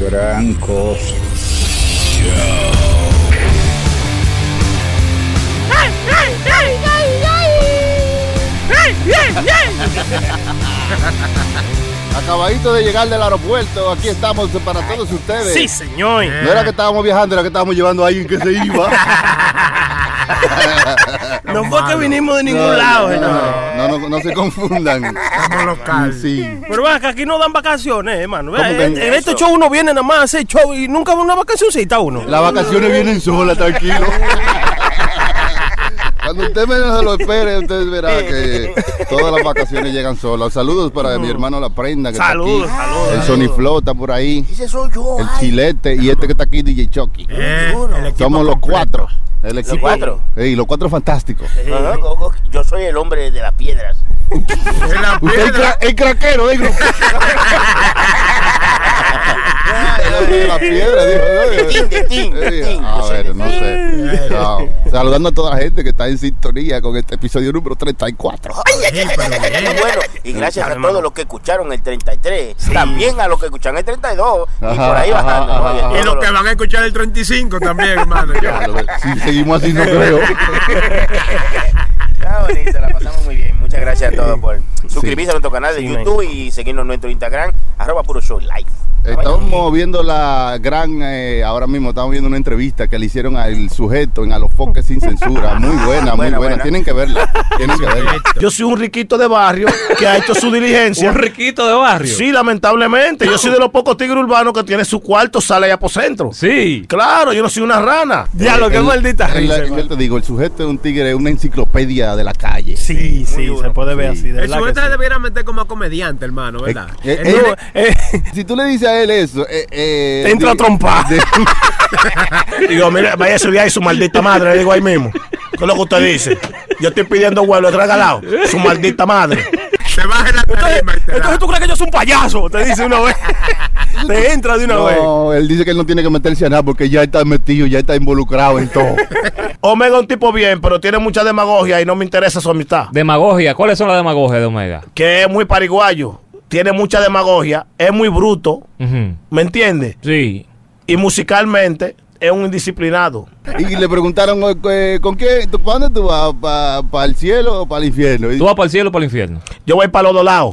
gran cosa. Acabadito de llegar del aeropuerto, aquí estamos para todos ustedes. Sí, señor. No era que estábamos viajando, era que estábamos llevando a alguien que se iba. No fue que vinimos de ningún lado, no se confundan. Estamos locales. Sí. Pero vean que aquí no dan vacaciones, hermano. ¿Cómo que En este show uno viene nada más a hacer show y nunca va una vacacioncita uno. Las vacaciones vienen solas, tranquilo. Cuando usted menos se lo espere, usted verá que todas las vacaciones llegan solas. Saludos para mi hermano La Prenda, que Saludos, está aquí. saludos. El Sony Flow está por ahí. Ese soy yo. El Chilete y este que está aquí, DJ Chucky. El equipo Somos los completo. cuatro. El equipo. ¿Los cuatro? Sí, los cuatro fantásticos. Ajá, yo soy el hombre de las piedras. En la Usted piedra. el craquero del grupo. La piedra, De tin. A ver, no sé. No. Saludando a toda la gente que está en sintonía con este episodio número 34. Bueno, y gracias a todos los que escucharon el 33, también a los que escuchan el 32 y por ahí bajando. ¿no? Y los que van a escuchar el 35 también, hermano. Si seguimos así, no creo. Está bonito, la pasamos muy bien. Muchas gracias a todos por suscribirse a nuestro canal de YouTube y seguirnos en nuestro Instagram, @PuroShowLive. Estamos viendo la gran, ahora mismo estamos viendo una entrevista que le hicieron al sujeto en Alofoque Sin Censura. Muy buena, muy buena. Tienen que verla. Yo soy un riquito de barrio que ha hecho su diligencia. ¿Un riquito de barrio? Sí, lamentablemente. Yo soy de los pocos tigres urbanos que tiene su cuarto, sala y apocentro. Sí. Claro, yo no soy una rana. Ya, lo que maldita risa. Yo te digo, el sujeto es un tigre, una enciclopedia de la calle. Sí, se puede ver así. De El verdad sujeto que se debiera meter como comediante, hermano, ¿verdad? Si tú le dices a él eso, te entra a trompar. Digo, mire, vaya a subir ahí su maldita madre, le digo ahí mismo. ¿Qué es lo que usted dice? Yo estoy pidiendo huevo, regalado. Su maldita madre. Se baja en la tarima y te da. Entonces tú crees que yo soy un payaso, te dice una vez. Te entra de una vez. No, él dice que él no tiene que meterse a nada porque ya está metido, ya está involucrado en todo. Omega es un tipo bien, pero tiene mucha demagogia y no me interesa su amistad. Demagogia. ¿Cuáles son las demagogias de Omega? Que es muy pariguayo, tiene mucha demagogia, es muy bruto, ¿me entiendes? Sí. Y musicalmente es un indisciplinado. Y le preguntaron, ¿con qué? ¿Para dónde tú vas? ¿Para el cielo o para el infierno? ¿Tú vas para el cielo o para el infierno? Yo voy para los dos lados.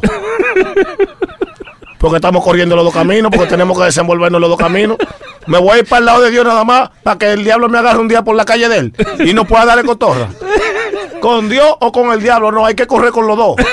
Porque estamos corriendo los dos caminos, porque tenemos que desenvolvernos los dos caminos. Me voy a ir para el lado de Dios nada más, para que el diablo me agarre un día por la calle de él y no pueda darle cotorra. ¿Con Dios o con el diablo? No, hay que correr con los dos.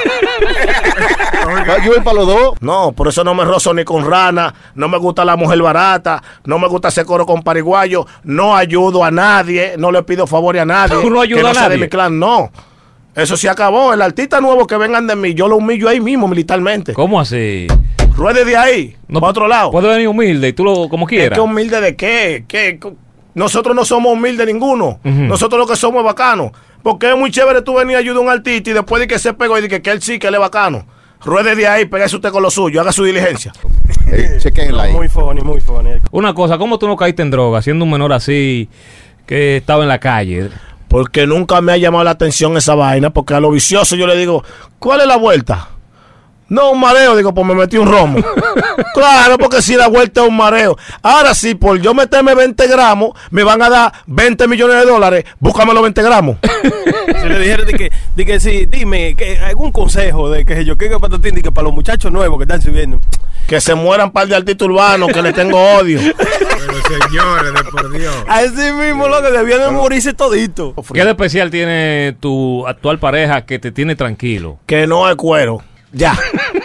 Yo voy para los dos. No, por eso no me rozo ni con rana, no me gusta la mujer barata, no me gusta hacer coro con pariguayo, no ayudo a nadie, no le pido favores a nadie. ¿Tú no ayudas a sea nadie? de mi clan, no. Eso se acabó. El artista nuevo que vengan de mí, yo lo humillo ahí mismo militarmente. ¿Cómo así? Ruede de ahí, No, para otro lado. Puede venir humilde y tú lo como ¿Es quieras. que humilde de qué? Nosotros no somos humildes ninguno. Nosotros lo que somos es bacanos. Porque es muy chévere tú venir a ayudar a un artista y después de que se pegó y de que él sí, que él es bacano. Ruede de ahí, pégase usted con lo suyo, haga su diligencia. Chequenla ahí. Muy funny, muy funny. Una cosa, ¿cómo tú no caíste en droga siendo un menor así que estaba en la calle? Porque nunca me ha llamado la atención esa vaina, porque a lo vicioso yo le digo, ¿cuál es la vuelta? No, un mareo, digo, pues me metí un romo. Claro, porque si la vuelta es un mareo. Ahora sí, por yo meterme 20 gramos, me van a dar 20 millones de dólares, búscame los 20 gramos. Si le dijera de que sí, dime, que algún consejo de que yo quiero patatín, de que para los muchachos nuevos que están subiendo, que se mueran par de artistas urbanos, que le tengo odio. Pero señores, de por Dios. Así mismo lo que debían de morirse todito. ¿Qué de especial tiene tu actual pareja que te tiene tranquilo? Que no hay cuero. Ya.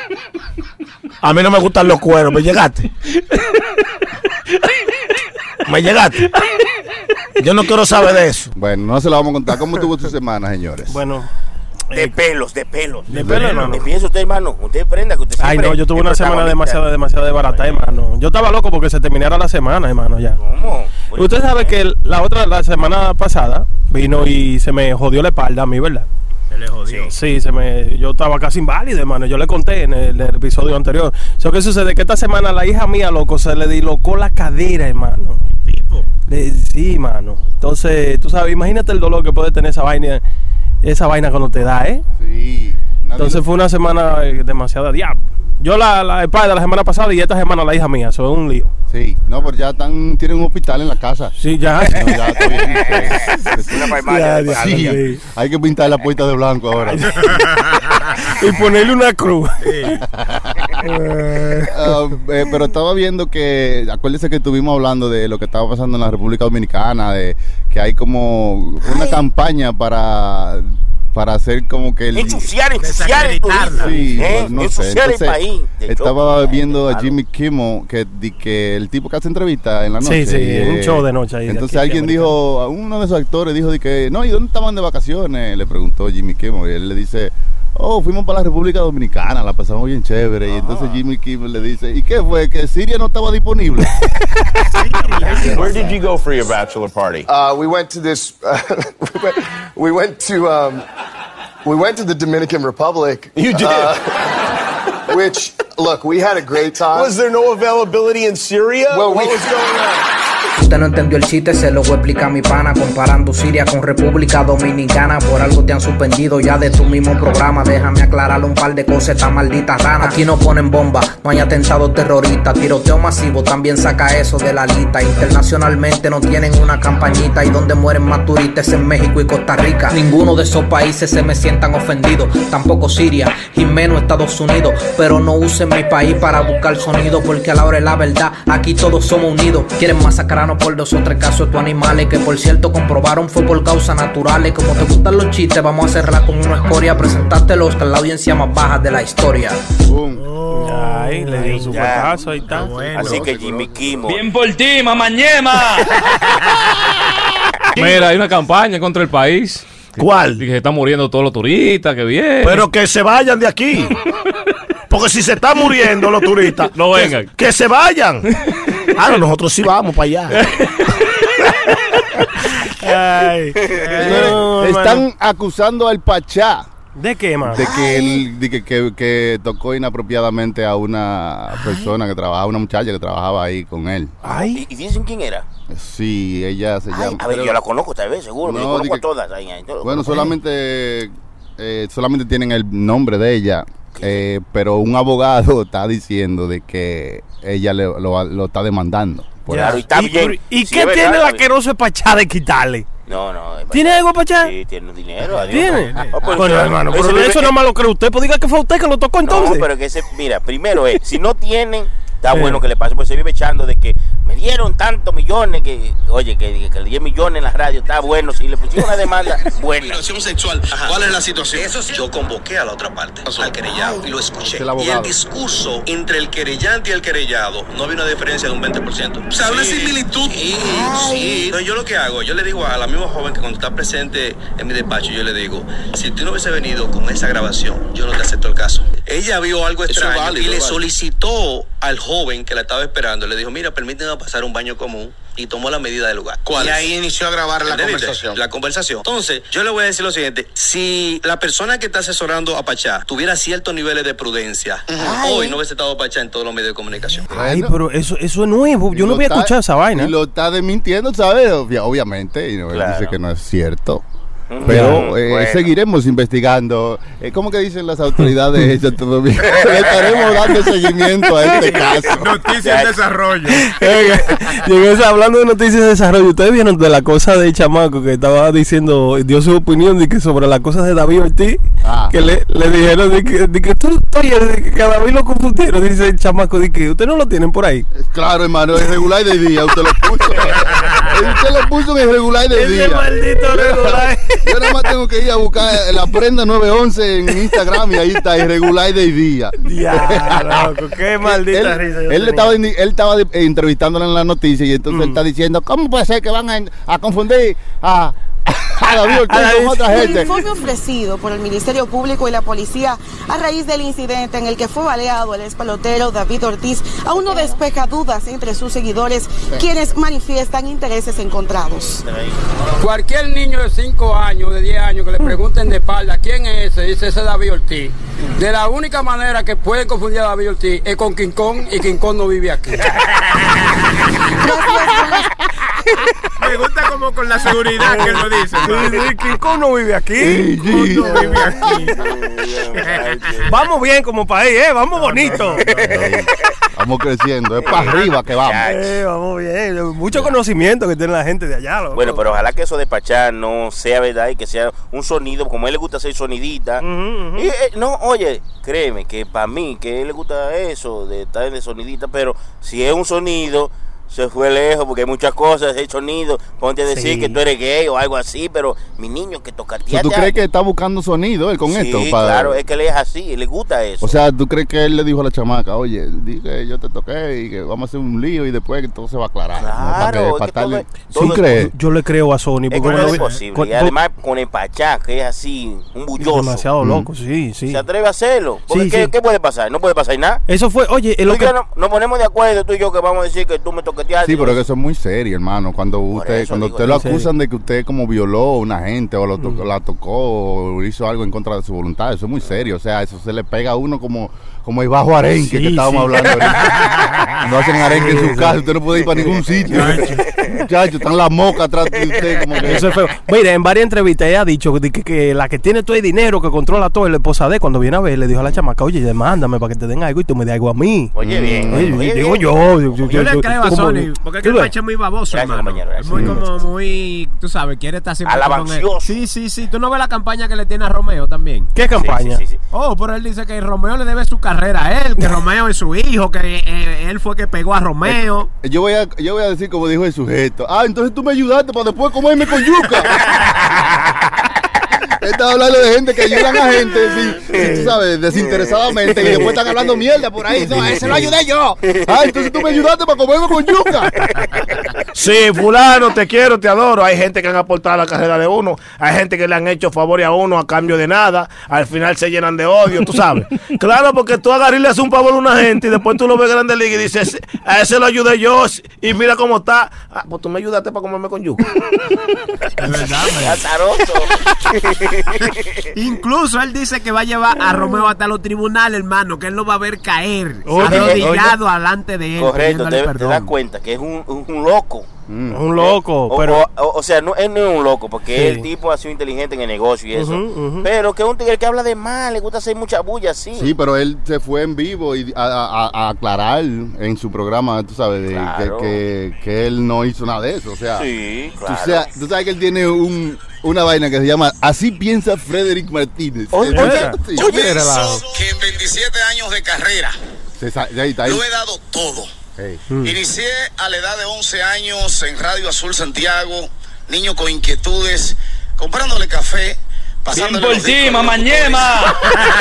A mí no me gustan los cueros. ¿Me llegaste? ¿Me llegaste? Yo no quiero saber de eso. Bueno, no se la vamos a contar. ¿Cómo tuvo tu semana, señores? Bueno. De pelos. De pelo, hermano. Piensa usted, hermano. Usted prenda que usted Ay, no, yo tuve una semana demasiado de barata, hermano. Yo estaba loco porque se terminara la semana, hermano, ya. ¿Cómo? Usted sabe que la semana pasada vino y se me jodió la espalda a mí, ¿verdad? Se le jodió. Sí, yo estaba casi inválido, hermano. Yo le conté en el episodio anterior. ¿Qué sucede? Que esta semana la hija mía, loco, se le dislocó la cadera, hermano. Tipo. Sí, mano. Entonces, tú sabes, imagínate el dolor que puede tener esa vaina cuando te da, ¿eh? Sí. Entonces fue una semana demasiado diablo. Yo el padre de la semana pasada y esta semana la hija mía. Eso es un lío. Sí, no, pero ya tienen un hospital en la casa. Sí, ya. No, ya está bien. Una farmacia. Sí, hay que pintar la puerta de blanco ahora. Y ponerle una cruz. Pero estaba viendo que, acuérdese que estuvimos hablando de lo que estaba pasando en la República Dominicana, de que hay como una campaña para hacer como que ensuciar el turismo. Sí, no sé. Ensuciar el país. Estaba viendo a Jimmy Kimmel que el tipo que hace entrevistas en la noche. Sí, un show de noche ahí. Entonces alguien dijo, uno de esos actores dijo de que no, ¿y dónde estaban de vacaciones? Le preguntó Jimmy Kimmel y él le dice, fuimos para la República Dominicana, la pasamos bien chévere. Y entonces Jimmy Kimmel le dice, ¿y qué fue? Que Siria no estaba disponible. Where did you go for your bachelor party? We went to this. We went to the Dominican Republic. You did. Which, look, we had a great time. Was there no availability in Syria? Well, what was going on? Usted no entendió el chiste, se lo voy a explicar mi pana. Comparando Siria con República Dominicana. Por algo te han suspendido ya de tu mismo programa. Déjame aclararle un par de cosas, esta maldita rana. Aquí no ponen bomba, no hay atentado terrorista. Tiroteo masivo, también saca eso de la lista. Internacionalmente no tienen una campañita. Y donde mueren más turistas es en México y Costa Rica. Ninguno de esos países se me sientan ofendidos. Tampoco Siria, y menos Estados Unidos. Pero no usen mi país para buscar sonido. Porque a la hora de la verdad, aquí todos somos unidos. Quieren masacrarnos por 2 o 3 casos de estos animales, que por cierto comprobaron fue por causas naturales. Como te gustan los chistes, vamos a cerrar con una escoria. Presentártelos que es la audiencia más baja de la historia. Ay, le dio un supercaso y tal. Bueno. Así que Jimmy Kimmel. Bien por ti, mamañema. Mira, hay una campaña contra el país. ¿Cuál? Que se están muriendo todos los turistas, que bien. Pero que se vayan de aquí. Porque si se están muriendo los turistas, no vengan. Que se vayan. No, nosotros sí vamos para allá. Ay, no, están acusando al Pachá. ¿De qué, man? De que él que tocó inapropiadamente a una persona que trabajaba, una muchacha que trabajaba ahí con él. Ay. ¿Y dicen quién era? Sí, ella se llama. A ver, yo la conozco tal vez, seguro. No, yo conozco a todas. Bueno, solamente tienen el nombre de ella. Pero un abogado está diciendo de que ella lo está demandando. Claro, y está bien. ¿Y qué tiene el asqueroso Pachá de quitarle? No. ¿Tiene algo, Pachá? Sí, tiene dinero. ¿Tiene? Bueno, hermano, pero eso no más lo cree usted. Pues diga que fue usted que lo tocó entonces. No, pero que mira, primero si no tienen, está bueno que le pase, pues se vive echando de que me dieron tantos millones, que le 10 millones en la radio, está bueno, si le pusieron una demanda, buena. Violación sexual, ¿cuál es la situación? Eso sí. Yo convoqué a la otra parte, al querellado, y lo escuché. Y el discurso entre el querellante y el querellado, no había una diferencia de un 20%. O sea, una similitud. Sí. Entonces yo lo que hago, yo le digo a la misma joven que cuando está presente en mi despacho, yo le digo, si tú no hubiese venido con esa grabación, yo no te acepto el caso. Ella vio algo extraño y le solicitó al joven que la estaba esperando, le dijo, mira, permíteme pasar un baño común, y tomó la medida del lugar. ¿Cuál? Y ahí inició a grabar la conversación. La conversación. Entonces, yo le voy a decir lo siguiente, si la persona que está asesorando a Pachá tuviera ciertos niveles de prudencia, hoy no hubiese estado Pachá en todos los medios de comunicación. Ay, pero eso es nuevo, yo no había escuchado esa vaina. Y lo está desmintiendo, ¿sabes? Obviamente, y él dice que no es cierto. Pero seguiremos investigando. ¿Cómo que dicen las autoridades de todo bien? Le estaremos dando seguimiento a este caso. Noticias en desarrollo. Hablando de noticias de desarrollo, ustedes vieron de la cosa de chamaco que estaba diciendo, dio su opinión de que sobre las cosas de David Ortiz, que le dijeron de que que a David lo confundieron, dice el chamaco, de que ustedes no lo tienen por ahí. Claro, hermano, es regular de día, usted lo puso. Usted lo puso en el regular de día. Ese maldito regular. Yo nada más tengo que ir a buscar la prenda 911 en Instagram y ahí está, irregular de día. Ya, loco, qué maldita risa. Él estaba entrevistándole en la noticia y entonces él está diciendo, ¿cómo puede ser que van a confundir a David Ortiz con otra gente? El informe ofrecido por el Ministerio Público y la policía a raíz del incidente en el que fue baleado el ex pelotero David Ortiz aún no despeja dudas entre sus seguidores, quienes manifiestan intereses encontrados. Cualquier niño de 5 años, de 10 años, que le pregunten de espalda quién es ese, dice ese David Ortiz. De la única manera que pueden confundir a David Ortiz es con King Kong, y King Kong no vive aquí. Me gusta como con la seguridad que él lo dice. Sí, Kiko no vive aquí. Kiko no vive aquí. Vamos bien como país, vamos bonito. Vamos creciendo, es para arriba que vamos. Vamos bien, mucho conocimiento que tiene la gente de allá. Loco. Bueno, pero ojalá que eso de Pachá no sea verdad y que sea un sonido, como a él le gusta hacer sonidita. Y, no, oye, créeme que para mí, que a él le gusta eso, de estar de sonidita, pero si es un sonido, se fue lejos, porque hay muchas cosas, hay sonido, ponte a decir que tú eres gay o algo así, pero mi niño que tocatea. ¿Tú crees que está buscando sonido él con esto? Sí, claro, es que él es así, le gusta eso. O sea, ¿tú crees que él le dijo a la chamaca, oye, di que yo te toqué y que vamos a hacer un lío y después que todo se va a aclarar? Claro, ¿Tú crees? Yo le creo a Sony. Porque no es posible. Y además con el Pachá, que es así, un bulloso. Demasiado loco, sí. Se atreve a hacerlo. Porque ¿qué puede pasar? No puede pasar nada. Eso fue, oye, nos ponemos de acuerdo tú y yo que vamos a decir que tú me toqueteaste. Sí, pero que eso es muy serio, hermano. Cuando usted lo acusan de que usted como violó a una gente o la tocó o hizo algo en contra de su voluntad, eso es muy serio. O sea, eso se le pega a uno como el bajo arenque que estábamos hablando ahorita. No hacen arenque en su casa, usted no puede ir para ningún sitio. Muchachos, están las moscas atrás de usted. Como que... Eso es feo. Mira, en varias entrevistas ella ha dicho que la que tiene todo el dinero, que controla todo, la esposa de cuando viene a ver, le dijo a la chamaca, oye, demándame para que te den algo y tú me des algo a mí. Oye, bien. Digo yo le creo a Sony, porque es que el Pacha es muy baboso, hermano. Es muy, tú sabes, quiere estar siempre alabancioso. Sí. Tú no ves la campaña que le tiene a Romeo también. ¿Qué campaña? Sí. Oh, pero él dice que Romeo le debe su carrera a él, que Romeo es su hijo, que él fue que pegó a Romeo. Yo voy a decir como dijo el sujeto. Entonces tú me ayudaste para después comerme con yuca. Estaba hablando de gente que ayudan a gente, tú sabes, desinteresadamente, y después están hablando mierda por ahí. No, ese lo ayudé yo. Entonces tú me ayudaste para comerme con yuca. Sí, fulano, te quiero, te adoro. Hay gente que han aportado a la carrera de uno. Hay gente que le han hecho favores a uno a cambio de nada. Al final se llenan de odio, tú sabes. Claro, porque tú agarras y le haces un favor a una gente y después tú lo ves en Grande Liga y dices, a ese lo ayudé yo y mira cómo está. Pues tú me ayudaste para comerme con yuca. Es verdad, azaroso. Incluso él dice que va a llevar a Romeo hasta los tribunales, hermano, que él lo va a ver caer arrodillado delante de él. Correcto, te das cuenta que es un loco. Un loco, pero o sea, él no es un loco, porque el tipo ha sido inteligente en el negocio y eso. Pero que es un tigre que habla de mal, le gusta hacer mucha bulla, sí. Sí, pero él se fue en vivo y a aclarar en su programa, tú sabes, que él no hizo nada de eso. O sea, sí, claro. O sea, tú sabes que él tiene una vaina que se llama Así piensa Frederick Martínez. Yo pienso que en 27 años de carrera lo he dado todo. Inicié a la edad de 11 años en Radio Azul Santiago, niño con inquietudes, comprándole café, pasándole por ti, mamañema.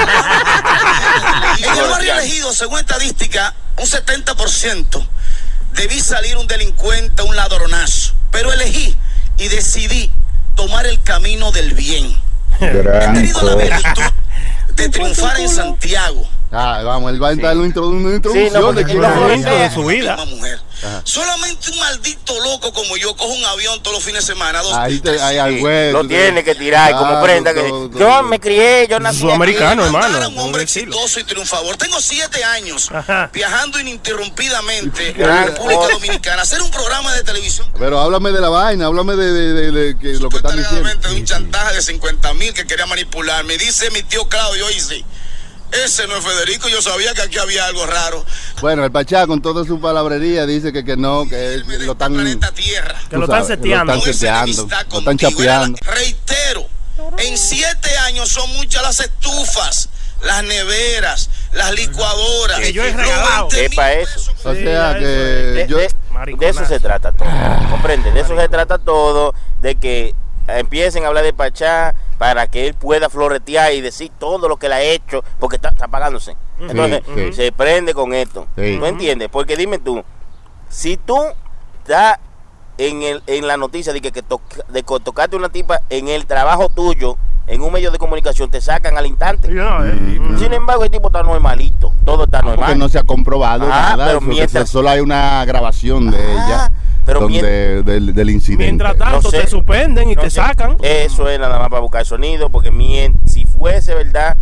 En el barrio elegido, según estadística, un 70% debí salir un delincuente, un ladronazo, pero elegí y decidí tomar el camino del bien. He tenido la virtud de triunfar en Santiago. Vamos, él va a entrar una introducción de su vida. Solamente un maldito loco como yo cojo un avión todos los fines de semana. Lo tiene que tirar como prenda. Yo me crié, yo nací sudamericano, hermano. Un hombre exitoso y triunfador. Tengo 7 años viajando ininterrumpidamente a la República Dominicana, hacer un programa de televisión. Pero háblame de la vaina, háblame de que lo que están diciendo. De un chantaje de 50,000 que quería manipular. Me dice mi tío Claudio, sí. Ese no es Federico, yo sabía que aquí había algo raro. Bueno, el Pachá con toda su palabrería dice que no, que lo están Tierra. Que lo están seteando. Lo están chapeando. Reitero, en 7 años son muchas las estufas, las neveras, las licuadoras. Que yo he regalado. Es para eso. O sea que de eso se trata todo. ¿Comprende? De eso se trata todo, de que empiecen a hablar de Pachá para que él pueda floretear y decir todo lo que le ha hecho, porque está pagándose. Entonces, se prende con esto. ¿Tú entiendes? Porque dime tú, si tú estás en la noticia de que tocaste una tipa en el trabajo tuyo, en un medio de comunicación, te sacan al instante. Sin embargo, el tipo está normalito, todo está normal. Porque no se ha comprobado nada, pero solo hay una grabación de ella. Pero del incidente. Mientras tanto te suspenden y te sacan. Eso es nada más para buscar sonido, porque si fuese verdad,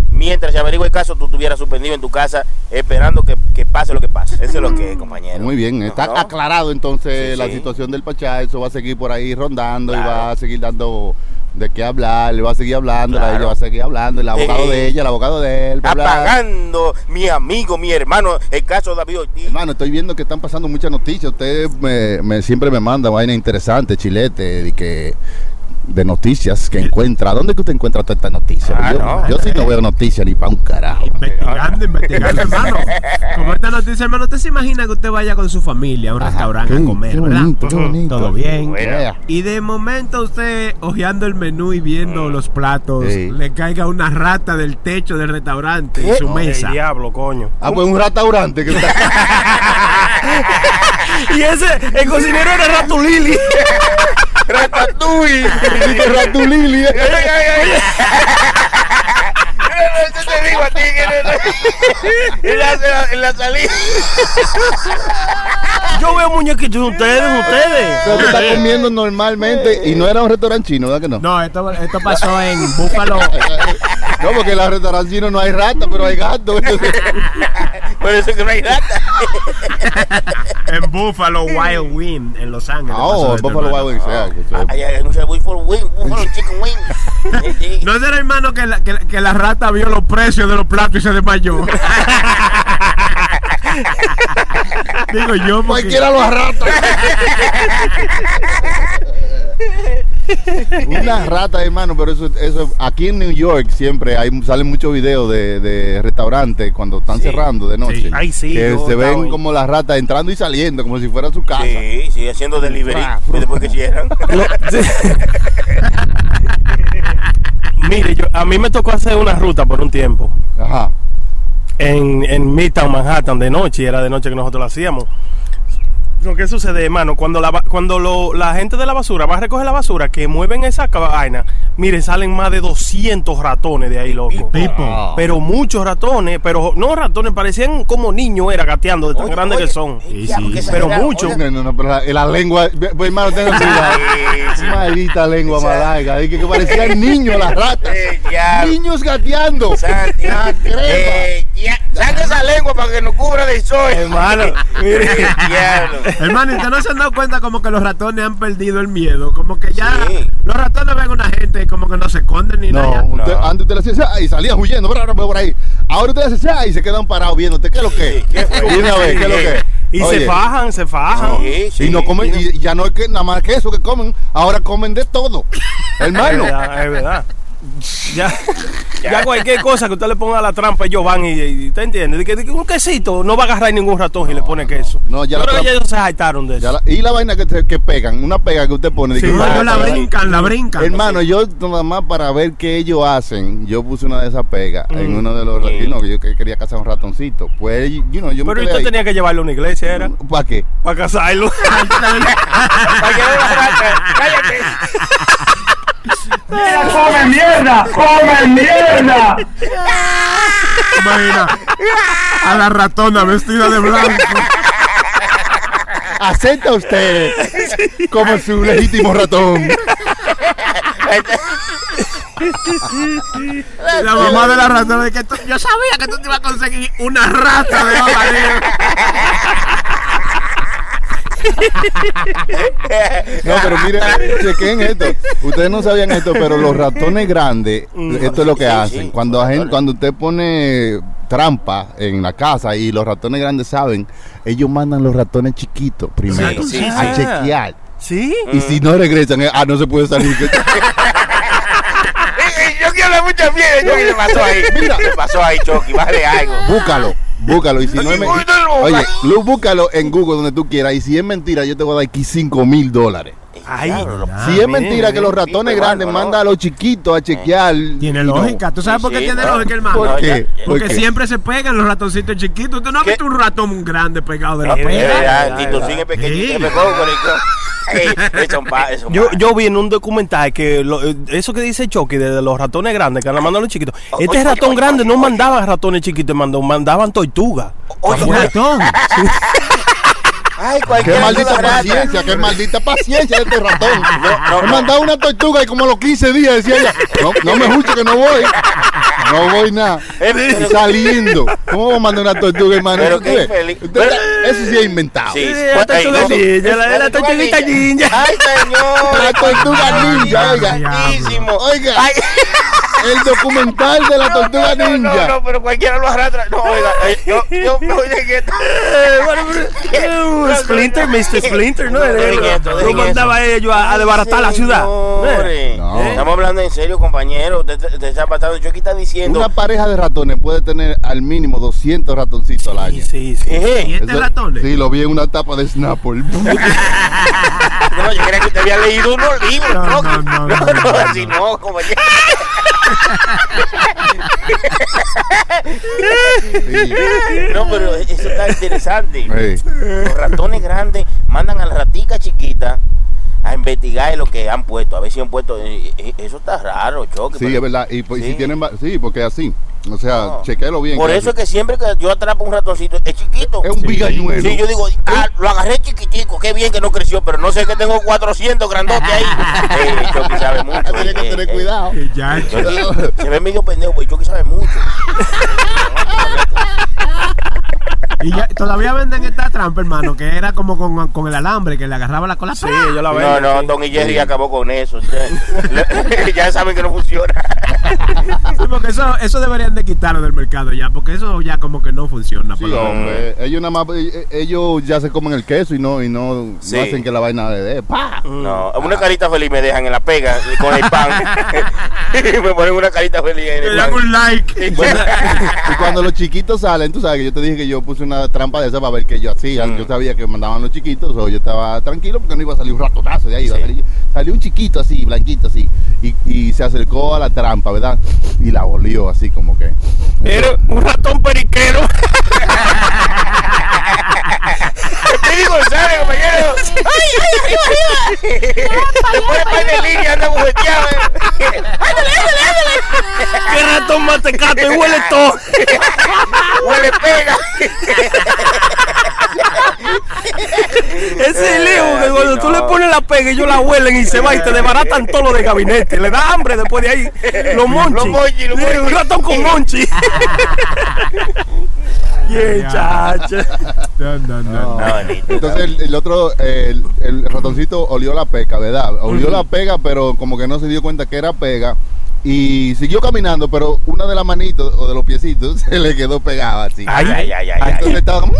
mientras se averigua el caso, tú estuvieras suspendido en tu casa esperando que pase lo que pase. Eso es lo que es, compañero. Muy bien, está aclarado entonces la situación del Pachá. Eso va a seguir por ahí rondando y va a seguir dando de qué hablar, le va a seguir hablando, ella va a seguir hablando, el abogado de ella, el abogado de él. Apagando, mi amigo, mi hermano, el caso de David Ortiz. Hermano, estoy viendo que están pasando muchas noticias. Ustedes siempre me mandan vainas interesantes, chilete, de noticias que encuentra. ¿Dónde que usted encuentra todas estas noticias? Yo sí no veo noticias ni para un carajo. Investigando, hermano. Como esta noticia, hermano, usted se imagina que usted vaya con su familia a un restaurante a comer, ¿verdad? Bonito. Todo bien. Y de momento usted, hojeando el menú y viendo los platos, le caiga una rata del techo del restaurante en su mesa. El diablo, coño. Pues un restaurante que está... Y el cocinero era Ratulili. Ratatouille. Ratulili. Yo te digo a ti que en la salida. Yo veo muñequitos de ustedes. Pero tú estás comiendo normalmente y no era un restaurante chino, ¿verdad que no? No, esto pasó en Búfalo. No, porque en los restaurantes chinos no hay rata, pero hay gato. Por eso que no hay rata. En Buffalo Wild Wing, en Los Ángeles. En Buffalo Wild Wing. Hay mucho Buffalo Chicken Wing. No será, hermano, que la rata vio los precios de los platos y se desmayó. Digo yo, porque... Cualquiera lo arrata. Una rata, hermano, pero eso aquí en New York siempre salen muchos videos de restaurantes cuando están cerrando de noche. Ay, sí, que se ven como las ratas entrando y saliendo como si fuera su casa. Sí, haciendo delivery después que cierran. Mire, a mí me tocó hacer una ruta por un tiempo. Ajá. En Midtown Manhattan de noche, y era de noche que nosotros lo hacíamos. ¿Qué sucede, hermano? Cuando la gente de la basura va a recoger la basura, que mueven esa vaina, mire, salen más de 200 ratones de ahí, loco. Pero muchos ratones, pero no ratones, parecían como niños, gateando de tan grandes que son. Pero muchos. No, pero la lengua, pues, hermano, tengo cuidado. Maldita lengua más larga. Que parecían niños las ratas. Niños gateando. Saca esa lengua para que nos cubra del sol. Hermano, mire. Hermano, ¿usted no se han dado cuenta como que los ratones han perdido el miedo? Como que ya los ratones ven a una gente y como que no se esconden ni nada. Antes usted le hacía y salían huyendo, por ahí. Ahora usted le hace y se quedan parados viéndote. ¿Qué es lo que? Dime a ver, ¿qué es lo que? Y se fajan. Y no comen, y ya no es que nada más que eso que comen, ahora comen de todo. Hermano. Es verdad. Ya cualquier cosa que usted le ponga a la trampa, ellos van y ¿te entiende? Que un quesito no va a agarrar ningún ratón y le pone queso. No, ya ellos se jactaron de eso. Y la vaina que pegan, una pega que usted pone. La brincan. Hermano, yo nada más para ver qué ellos hacen, yo puse una de esas pegas en uno de los ratones, que yo quería cazar un ratoncito. Pues, yo pero usted tenía que llevarlo a una iglesia, ¿era? ¿Para qué? Para cazarlo. Para que no la rata. Cállate. ¡Come mierda! Imagina a la ratona vestida de blanco. ¿Acepta usted como su legítimo ratón? La mamá de la ratona de que yo sabía que tú te ibas a conseguir una rata de babaleo. No, pero miren, chequen esto. Ustedes no sabían esto, pero los ratones grandes, esto es lo que hacen. Cuando usted pone trampa en la casa y los ratones grandes saben, ellos mandan los ratones chiquitos primero a chequear. ¿Sí? Y si no regresan, no se puede salir. Yo quiero mucha miedo. ¿Qué pasó ahí? Mira, ¿qué pasó ahí, Chucky? Bájale algo. Búscalo, y si no es mentira, oye, búscalo en Google donde tú quieras, y si es mentira yo te voy a dar aquí $5,000. Si es mentira que los ratones grandes mandan a los chiquitos a chequear. Tiene lógica. ¿Tú sabes por qué tiene lógica, hermano? ¿Por qué? Porque siempre se pegan los ratoncitos chiquitos. ¿Usted no ha visto un ratón grande pegado de la pega? Tito sigue pequeñito. Yo vi en un documental que eso que dice Chucky de los ratones grandes que mandan a los chiquitos. Este ratón grande no mandaba ratones chiquitos, mandaban tortugas. ¿Ratón? Ay, qué maldita paciencia, qué maldita paciencia de este ratón. Me mandaba una tortuga y como a los 15 días decía ella, no me escucho que no voy. No voy nada. Saliendo. ¿Cómo vamos a mandar una tortuga, hermano? Pero qué infeliz. Eso sí es inventado. Sí, la tortuga ninja, la tortuguita ninja. Ay, señor. La tortuga ninja, oiga. El documental de la tortuga ninja. No, pero cualquiera lo arrastra. No, oiga, yo me voy de que Splinter, Mr. Splinter, ¿no? Lo mandaba a ellos a desbaratar la ciudad. No. Estamos hablando en serio, compañero. Te está pasando. Yo aquí está diciendo. Una pareja de ratones puede tener al mínimo 200 ratoncitos al año. Sí. ¿Y este ratones? Sí, lo vi en una tapa de Snapple. No, yo creía que te había leído unos libros. No, así no, compañero. No, pero eso está interesante. Los ratones grandes mandan a la ratica chiquita a investigar lo que han puesto, a ver si han puesto. Eso está raro, Choque. Sí, es verdad. Y pues, si tienen, sí, porque así. O sea, chequéalo bien. Por eso es que siempre que yo atrapo un ratoncito, es chiquito. Es un bigañuelo. Sí, yo digo, lo agarré chiquitico, qué bien que no creció, pero no sé que tengo 400 grandotes ahí. Choque sabe mucho. Tienes que tener cuidado. Se ve medio pendejo, pues Choque sabe mucho. Y ya, todavía venden esta trampa, hermano, que era como con el alambre, que le agarraba la cola. Sí, yo la veo. No, Don y Jerry acabó con eso. Ya saben que no funciona. Sí, porque eso deberían de quitarlo del mercado ya, porque eso ya como que no funciona. Sí, hombre, ellos nada más, ellos ya se comen el queso y no hacen que la vaina de ¡pah! No, una carita feliz me dejan en la pega con el pan. Me ponen una carita feliz en el pan. Le dan un like. Y cuando los chiquitos salen, tú sabes que yo te dije que yo puse una trampa de esa para ver que yo hacía. Yo sabía que mandaban los chiquitos, o yo estaba tranquilo porque no iba a salir un ratonazo de ahí. Salió un chiquito así, blanquito así, y se acercó a la trampa, ¿verdad? Y la olió así como que. Era un ratón periquero. Te digo, ¿sabes, compañero? ¡Ay, arriba! Después de línea anda bujeteado. ¡Ándale! ¡Qué ratón matecato! Y huele todo. Huele pega. Ese lío que cuando tú le pones la pega, ellos la huelen y se va y te desbaratan todo lo de gabinete. Le da hambre después de ahí. Los monchi. Un ratón con monchi. Bien, chacha. No. Entonces el otro, el ratoncito olió la pega, ¿verdad? Olió la pega, pero como que no se dio cuenta que era pega. Y siguió caminando, pero una de las manitos o de los piecitos se le quedó pegada así. Ay. Entonces estaba como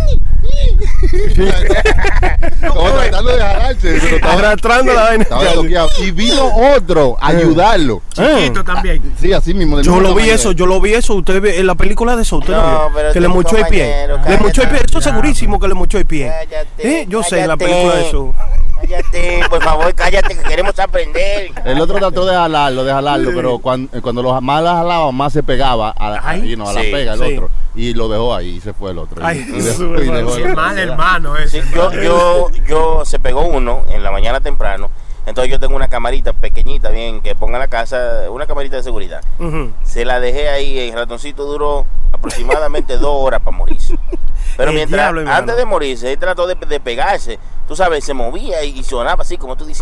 tratando de jalarse, pero estaba arrastrando la vaina. Estaba bloqueado. Y vino otro a ayudarlo. Chiquito también. Sí, así mismo. Yo lo vi eso. Usted ve en la película de eso, usted no vio. Que le mochó el pie. Le mochó el pie. Eso es segurísimo que le mochó el pie. Yo sé en la película de eso. Cállate, por favor, cállate, que queremos aprender. El otro trató de jalarlo, pero cuando los más la jalaba, más se pegaba a la pega el otro. Y lo dejó ahí y se fue el otro. Es mal hermano eso. Sí, yo se pegó uno en la mañana temprano. Entonces yo tengo una camarita pequeñita, bien, que ponga en la casa, una camarita de seguridad. Se la dejé ahí, el ratoncito duró aproximadamente 2 horas para morirse. Pero mientras, antes de morirse, él trató de pegarse, tú sabes, se movía y sonaba así como tú dices.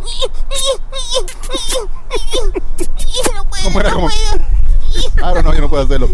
¿Cómo era? Ahora no, yo no puedo hacerlo.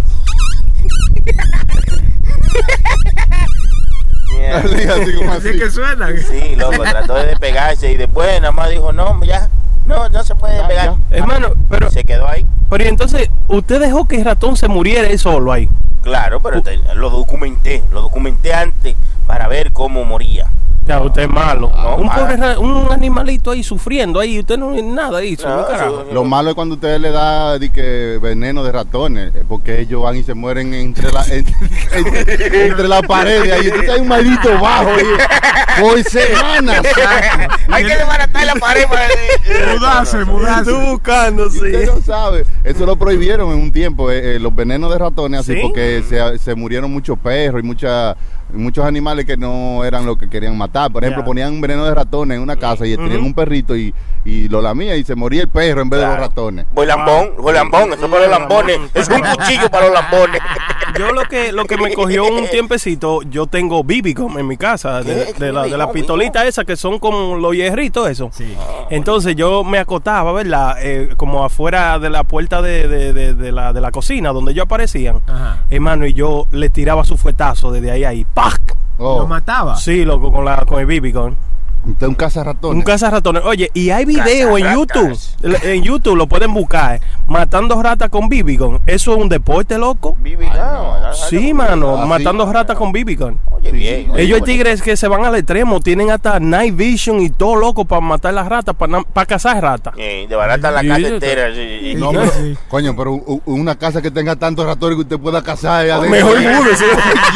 Así que suena. Sí, loco, trató de despegarse y después nada más dijo, no se puede despegar. Hermano, pero se quedó ahí. Pero entonces, ¿usted dejó que el ratón se muriera él solo ahí? Claro, pero lo documenté antes para ver cómo moría. Ya, usted es malo. Un animalito ahí sufriendo ahí, usted no es nada hizo. Lo malo es cuando usted le da veneno de ratones, porque ellos van y se mueren entre la pared. Ahí usted hay un maldito bajo por semanas. Hay que desbaratar la pared para mudarse. Estoy buscando, sí. Usted no sabe. Eso lo prohibieron en un tiempo, los venenos de ratones, así, ¿sí? Porque se murieron muchos perros y muchas muchos animales que no eran lo que querían matar. Por ejemplo, ponían veneno de ratones en una casa y tenían un perrito y lo lamía y se moría el perro en vez de los ratones. Lambón, eso para los lambones, es un cuchillo para los lambones. Yo lo que me cogió un tiempecito, yo tengo BB gun en mi casa, de la pistolita esa que son como los hierritos eso. Sí. Entonces yo me acotaba, ¿verdad? Como afuera de la puerta de la cocina donde ellos aparecían, hermano, y yo le tiraba su fuetazo desde ahí, ¡pac! ¿Lo mataba? Sí, loco, con el BB gun. Usted es un cazarratones. Un cazarratones. Oye, y hay video en YouTube. En YouTube lo pueden buscar. Matando ratas con BB gun. Eso es un deporte, loco. Sí, mano. Matando ratas con BB gun. Oye, bien. Ellos hay tigres que se van al extremo. Tienen hasta night vision y todo loco para matar las ratas, para cazar ratas. Sí, de barata la casa entera. No, pero, coño, pero una casa que tenga tantos ratones que usted pueda cazar adentro. Mejor mudo, sí.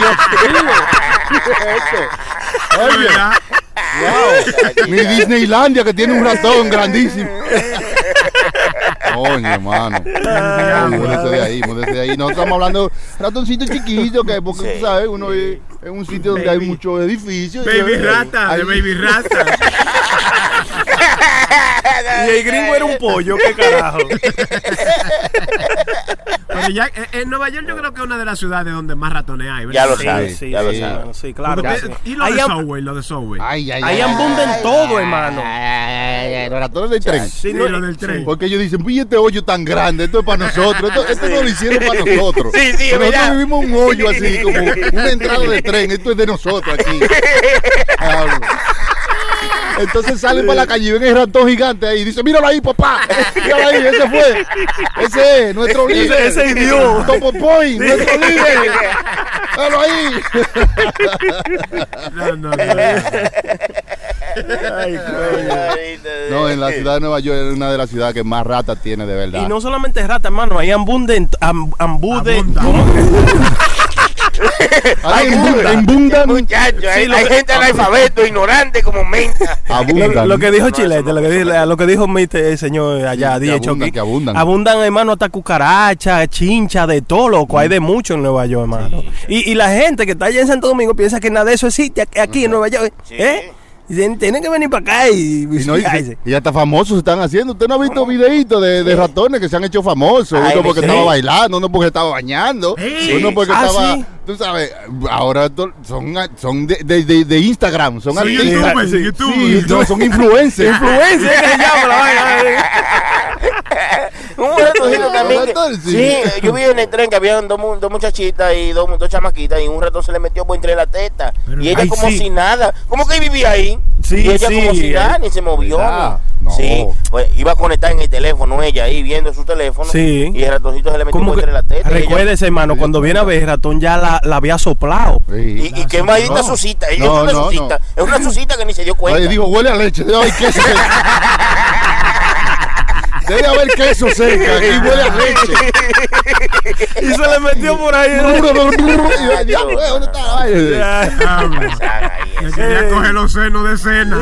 Oye. Wow. Mi Disneylandia que tiene un ratón grandísimo. Coño, hermano. Múdese de ahí. No estamos hablando de ratoncitos chiquitos, que porque tú sabes, uno es en un sitio donde hay muchos edificios. Baby rata, de baby rata. Y el gringo era un pollo, qué carajo. Pero ya en Nueva York yo creo que es una de las ciudades donde más ratones hay, ¿verdad? Ya lo sabes, ya lo sabes. Sí, claro. Y lo de Subway. Ahí abundan todo, hermano. Los ratones del tren. Sí, lo del tren. Porque ellos dicen, oye, este hoyo tan grande, esto es para nosotros. Esto no lo hicieron para nosotros. Sí, nosotros vivimos un hoyo así, como una entrada de tren. Esto es de nosotros aquí. Entonces salen para la calle y ven el ratón gigante ahí y dicen, míralo ahí, papá, míralo ahí, ese fue, ese es nuestro líder, ese idiota, Topo Point, nuestro líder, míralo ahí. No, en la ciudad de Nueva York es una de las ciudades que más ratas tiene de verdad. Y no solamente ratas, hermano, hay abundan. Muchachos, hay gente analfabeto, ignorante como menta. Lo que dijo Chilete, lo que dijo el señor allá, abundan, hermano, hasta cucarachas, chincha, de todo, loco. Hay de mucho en Nueva York, hermano. Y la gente que está allá en Santo Domingo piensa que nada de eso existe aquí en Nueva York. Tienen que venir para acá y hasta famosos están haciendo. ¿Usted no ha visto videitos de ratones que se han hecho famosos? Uno porque estaba bailando, uno porque estaba bañando, uno porque estaba... Tú sabes, ahora son de Instagram, son artistas. YouTube. No, son influencers. Influencers que se llama la vaina. Un ratoncito también. Sí, yo vi en el tren que había dos muchachitas y dos chamaquitas y un ratón se le metió por entre la teta. Y ella como si nada. ¿Cómo que vivía ahí? Y ella como si nada, ni se movió. No. Sí, pues iba a conectar en el teléfono ella ahí viendo su teléfono. Sí. Y el ratoncito se le metió por entre la teta. Recuérdese, hermano, cuando viene a ver, el ratón ya la había soplado. Sí. Y qué maldita susita. Es una susita. Es una susita que ni se dio cuenta. Ay, digo, huele a leche. Debe haber queso cerca. Debe haber queso cerca. Aquí huele a leche. Y se le metió por ahí. ¿Dónde está? Quería coger los senos de cena.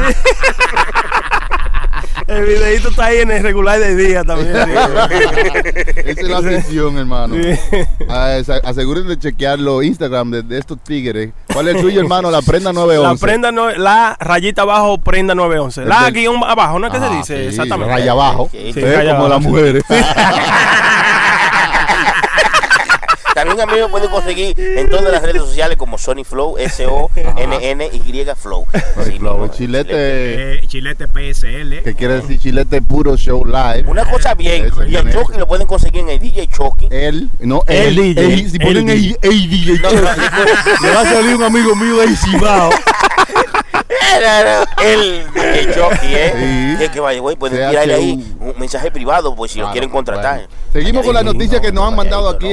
El videito está ahí en el regular de día también. Esa es la sesión, hermano. Asegúrense de chequear los Instagram de estos tigres. ¿Cuál es el suyo, hermano? La prenda 911. La rayita abajo, prenda 911. La guión abajo, ¿no es que se dice? Sí, exactamente. Raya abajo. Raya como las mujeres. También a mí me pueden conseguir en todas las redes sociales como Sony Flow, SONNY Flow. Chilete PSL. Que quiere decir Chilete Puro Show Live. Una cosa bien. Y el Chucky lo pueden conseguir en el DJ Chucky. El DJ. Si ponen el DJ Chucky, le va a salir un amigo mío de Cibao. El Chucky, que vaya, güey, pueden tirarle ahí un mensaje privado, pues si lo quieren contratar. Bueno. Seguimos con las noticias que nos han mandado aquí.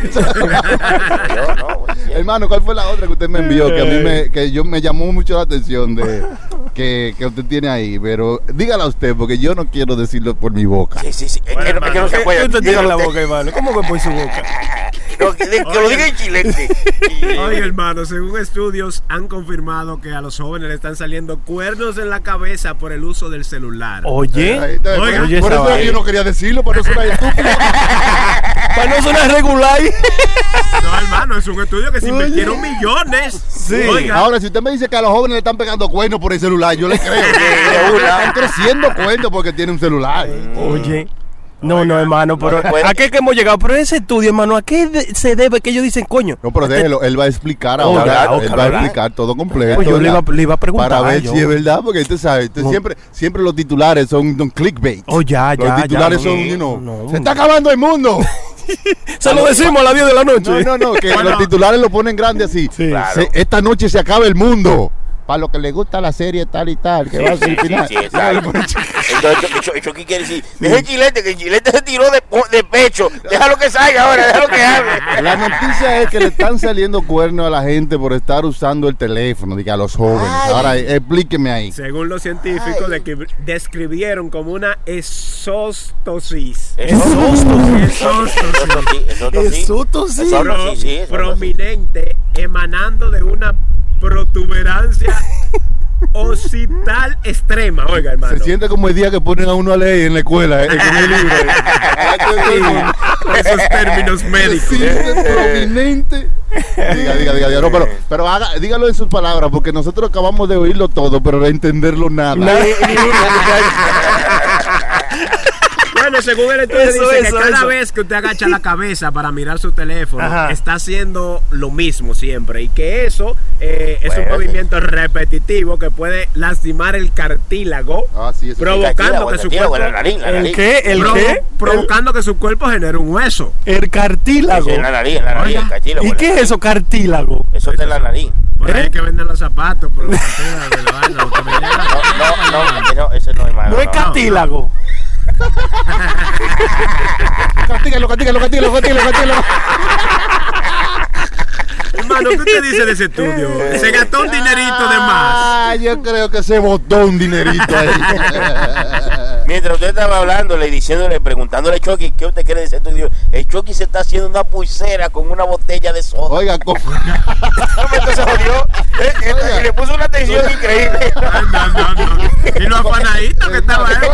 Hermano, ¿cuál fue la otra que usted me envió? Que a mí me llamó mucho la atención de que usted tiene ahí, pero dígala usted, porque yo no quiero decirlo por mi boca. Sí. Bueno, es que no se puede. ¿Qué usted tiene en la boca, hermano? ¿Cómo que por su boca? Que lo diga en chilete. Oye, hermano, según estudios han confirmado que a los jóvenes le están saliendo cuernos en la cabeza por el uso del celular. Oye, por eso yo no quería decirlo, pero eso era estúpido. Para no sonar regular. No, hermano, es un estudio que se invirtieron millones. Sí. Oiga. Ahora, si usted me dice que a los jóvenes le están pegando cuernos por el celular, yo le creo. Están creciendo cuernos porque tiene un celular. Oye. No, hermano, pero ¿a qué que hemos llegado? Pero ese estudio, hermano, ¿a qué se debe que ellos dicen, coño? No, pero déjelo, él va a explicar ahora. Él va a explicar todo completo. Pues yo le iba a preguntar. Para ver si es verdad, porque usted sabe, siempre los titulares son clickbait. Oh, ya. Los titulares son, se está acabando el mundo. Se lo decimos a las 10 de la noche. No, que los titulares lo ponen grande así. Sí. Claro. Esta noche se acaba el mundo. Para lo que le gusta la serie tal y tal, que va a ser final. Sí, entonces, ¿qué quiere decir? Deja el Chilete, que el Chilete se tiró de pecho. Déjalo que salga ahora, déjalo que hable. La noticia es que le están saliendo cuernos a la gente por estar usando el teléfono, diga, a los jóvenes. Ahora, explíqueme ahí. Según los científicos, describieron como una exostosis. Exostosis. Prominente, emanando de una protuberancia occipital extrema. Oiga, hermano. Se siente como el día que ponen a uno a leer en la escuela, con el libro. Esos términos médicos. Se siente prominente. Diga. No, pero dígalo en sus palabras, porque nosotros acabamos de oírlo todo, pero de entenderlo nada. Bueno, según el estudio dice que cada vez que usted agacha la cabeza para mirar su teléfono, está haciendo lo mismo siempre, y que eso es un movimiento repetitivo que puede lastimar el cartílago, provocando que su cuerpo provocando que su cuerpo genere un hueso. El cartílago. En la nariz, el cartílago. ¿Y qué es eso, cartílago? Eso está en la nariz. Por ahí que venden los zapatos, pero no, ese no es malo. No es cartílago. Castígalo. Hermano, ¿qué usted dice de ese estudio? Se gastó un dinerito de más. Yo creo que se botó un dinerito ahí. Mientras usted estaba hablándole y diciéndole, preguntándole a Chucky, ¿qué usted quiere de ese estudio? El Chucky se está haciendo una pulsera con una botella de soda. Oiga, ¿cómo? Entonces se jodió. Y le puso una atención increíble. No. Y lo afanadito que estaba él.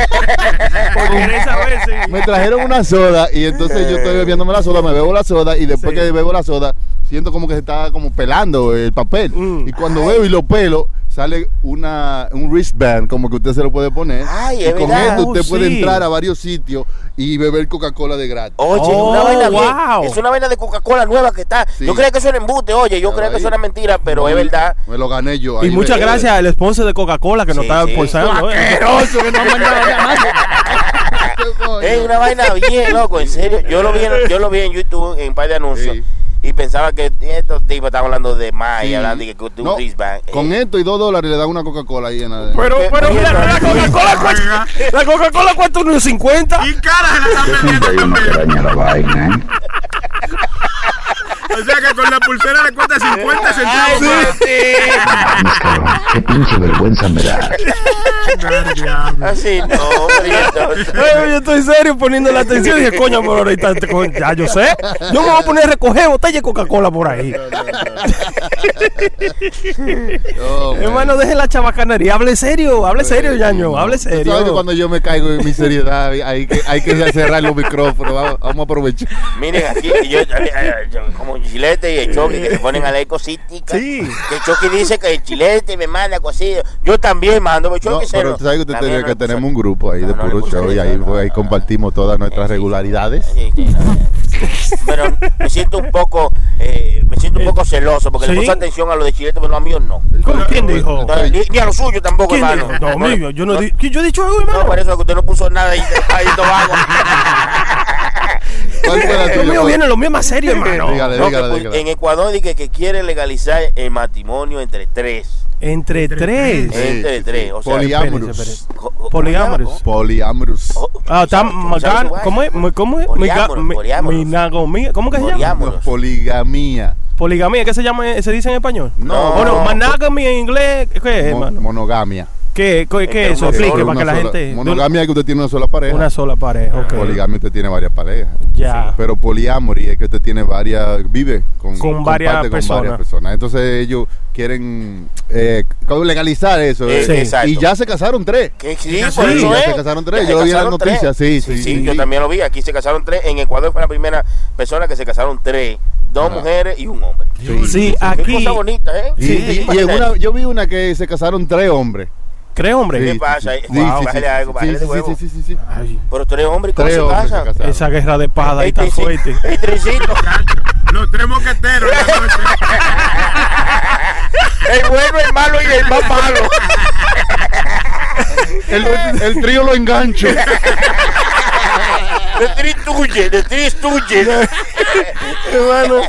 Me trajeron una soda y entonces yo estoy bebiéndome la soda, me bebo la soda y después que bebo la soda siento como que se está como pelando el papel. Y cuando bebo y lo pelo, sale un wristband como que usted se lo puede poner. Ay, y con esto usted puede entrar a varios sitios y beber Coca-Cola de gratis. Oye, una vaina es una vaina de Coca-Cola nueva que está. Sí. Yo creía que eso era embuste, yo creía que eso era mentira, pero es verdad. Me lo gané yo. Y muchas gracias al sponsor de Coca-Cola que nos está impulsando. ¡Asqueroso! Que no me nada. Es una vaina bien loco, en serio. Yo lo vi en YouTube en un par de anuncios. Sí. Y pensaba que estos tipos estaban hablando de más y hablando de que un wristband. Con esto y $2 le dan una Coca-Cola ahí en la. Pero la Coca-Cola cuesta $1.50. ¿Y cara se la están vendiendo también? O sea que con la pulsera le cuesta 50 centavos. Qué pinche vergüenza me da. Así no, yo estoy serio poniendo la atención y dije, coño, por ahorita ya yo sé. Yo me voy a poner a recoger botella de Coca-Cola por ahí. Hermano, deje la chabacanería. Hable serio, Yaño. Hable serio. ¿Sabes que cuando yo me caigo en mi seriedad hay que cerrar los micrófonos? Vamos a aprovechar. Miren, aquí yo como Chilete y el Chucky que se ponen a leer cositas. Sí. Que el Chucky dice que el Chilete me manda cositas. Yo también mando. Pero tú sabes que tenemos un grupo ahí de puro show y ahí compartimos todas nuestras regularidades. Pero me siento un poco celoso porque le puse atención a lo de Chilete, pero a mí no. ¿Quién dijo? Ni a lo suyo tampoco, hermano. No, mío, yo no he dicho algo, hermano. No, por eso que usted no puso nada ahí Tobago. Lo mío más serio, hermano. Dígale. En Ecuador dice que quiere legalizar el matrimonio entre tres. ¿Entre tres? Entre tres. O sea, Poliamorous. ¿Cómo es? Monogamia. ¿Cómo que se llama? Poligamia. Poligamia, ¿qué se llama? ¿Se dice en español? No. Bueno, monogamia en inglés, ¿qué es, hermano? Monogamia. ¿Qué es eso? Explique para que la gente... Monogamia es que usted tiene una sola pareja. Una sola pareja, ok. Poligamia usted tiene varias pareas. Ya. Pero poliamory es que usted tiene vive con varias personas. Entonces ellos quieren legalizar eso. Y ya se casaron 3. Sí, ya se casaron 3. Yo lo vi en las noticias. Sí, yo también lo vi. Aquí se casaron 3. En Ecuador fue la primera persona que se casaron 3. 2 mujeres y un hombre. Sí, aquí. Qué cosa bonita, ¿eh? Sí, y yo vi una que se casaron 3 hombres. 3 hombres. ¿Qué pasa? Bájale algo, bájale de huevo. Sí. Pero 3 hombres, ¿cómo se casan? Esa guerra de espada ahí está fuerte. Los 3 mosqueteros. El bueno, el malo y el más malo. El trío lo engancho. De tristuye. Hermano.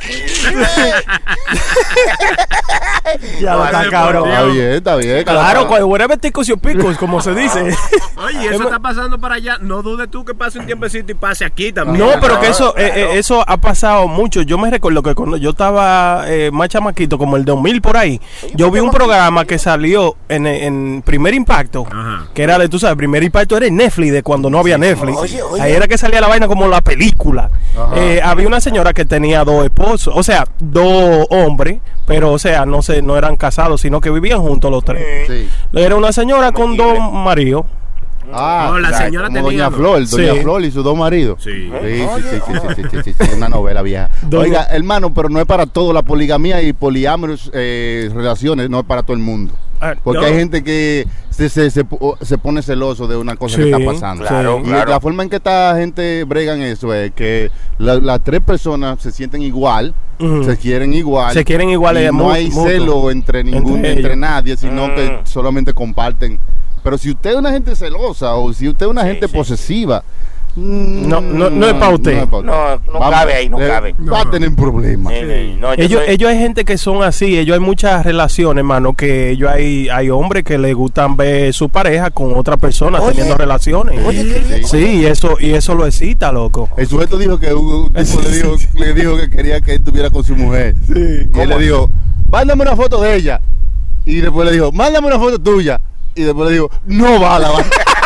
Ya lo está cabrón. Está bien. Claro, whatever ticos y picos, como se dice. Oye, eso está pasando para allá. No dudes tú que pase un tiempecito y pase aquí también. No, pero que eso ha pasado mucho. Yo me recuerdo que cuando yo estaba más chamaquito, como el 2000 por ahí, yo vi un programa que salió en Primer Impacto, que era tú sabes, Primer Impacto era en Netflix, de cuando no había Netflix. Ahí era que salía la vaina como la película. Había una señora que tenía 2 esposos, o sea, 2 hombres, pero o sea, no eran casados, sino que vivían juntos los 3. Sí. Era una señora con 2 maridos. La señora tenía Doña Flor y sus 2 maridos. Sí, una novela vieja. Oiga, hermano, pero no es para todo. La poligamía y poliamorous relaciones no es para todo el mundo. Porque hay gente que se pone celoso de una cosa que está pasando. Claro. Y la forma en que esta gente brega en eso es que las 3 personas se sienten igual, se quieren igual. Y no hay celo entre nadie, sino que solamente comparten. Pero si usted es una gente celosa o si usted es una gente posesiva, no es para usted. No cabe ahí, no cabe. Va a tener problemas. Ellos hay gente que son así. Ellos hay muchas relaciones, hermano, que ellos hay hombres que les gustan ver su pareja con otra persona teniendo relaciones. Sí, y eso lo excita, loco. El sujeto dijo que un tipo le dijo que quería que él estuviera con su mujer. Y él le dijo, mándame una foto de ella. Y después le dijo, mándame una foto tuya. Y después le digo, no va a la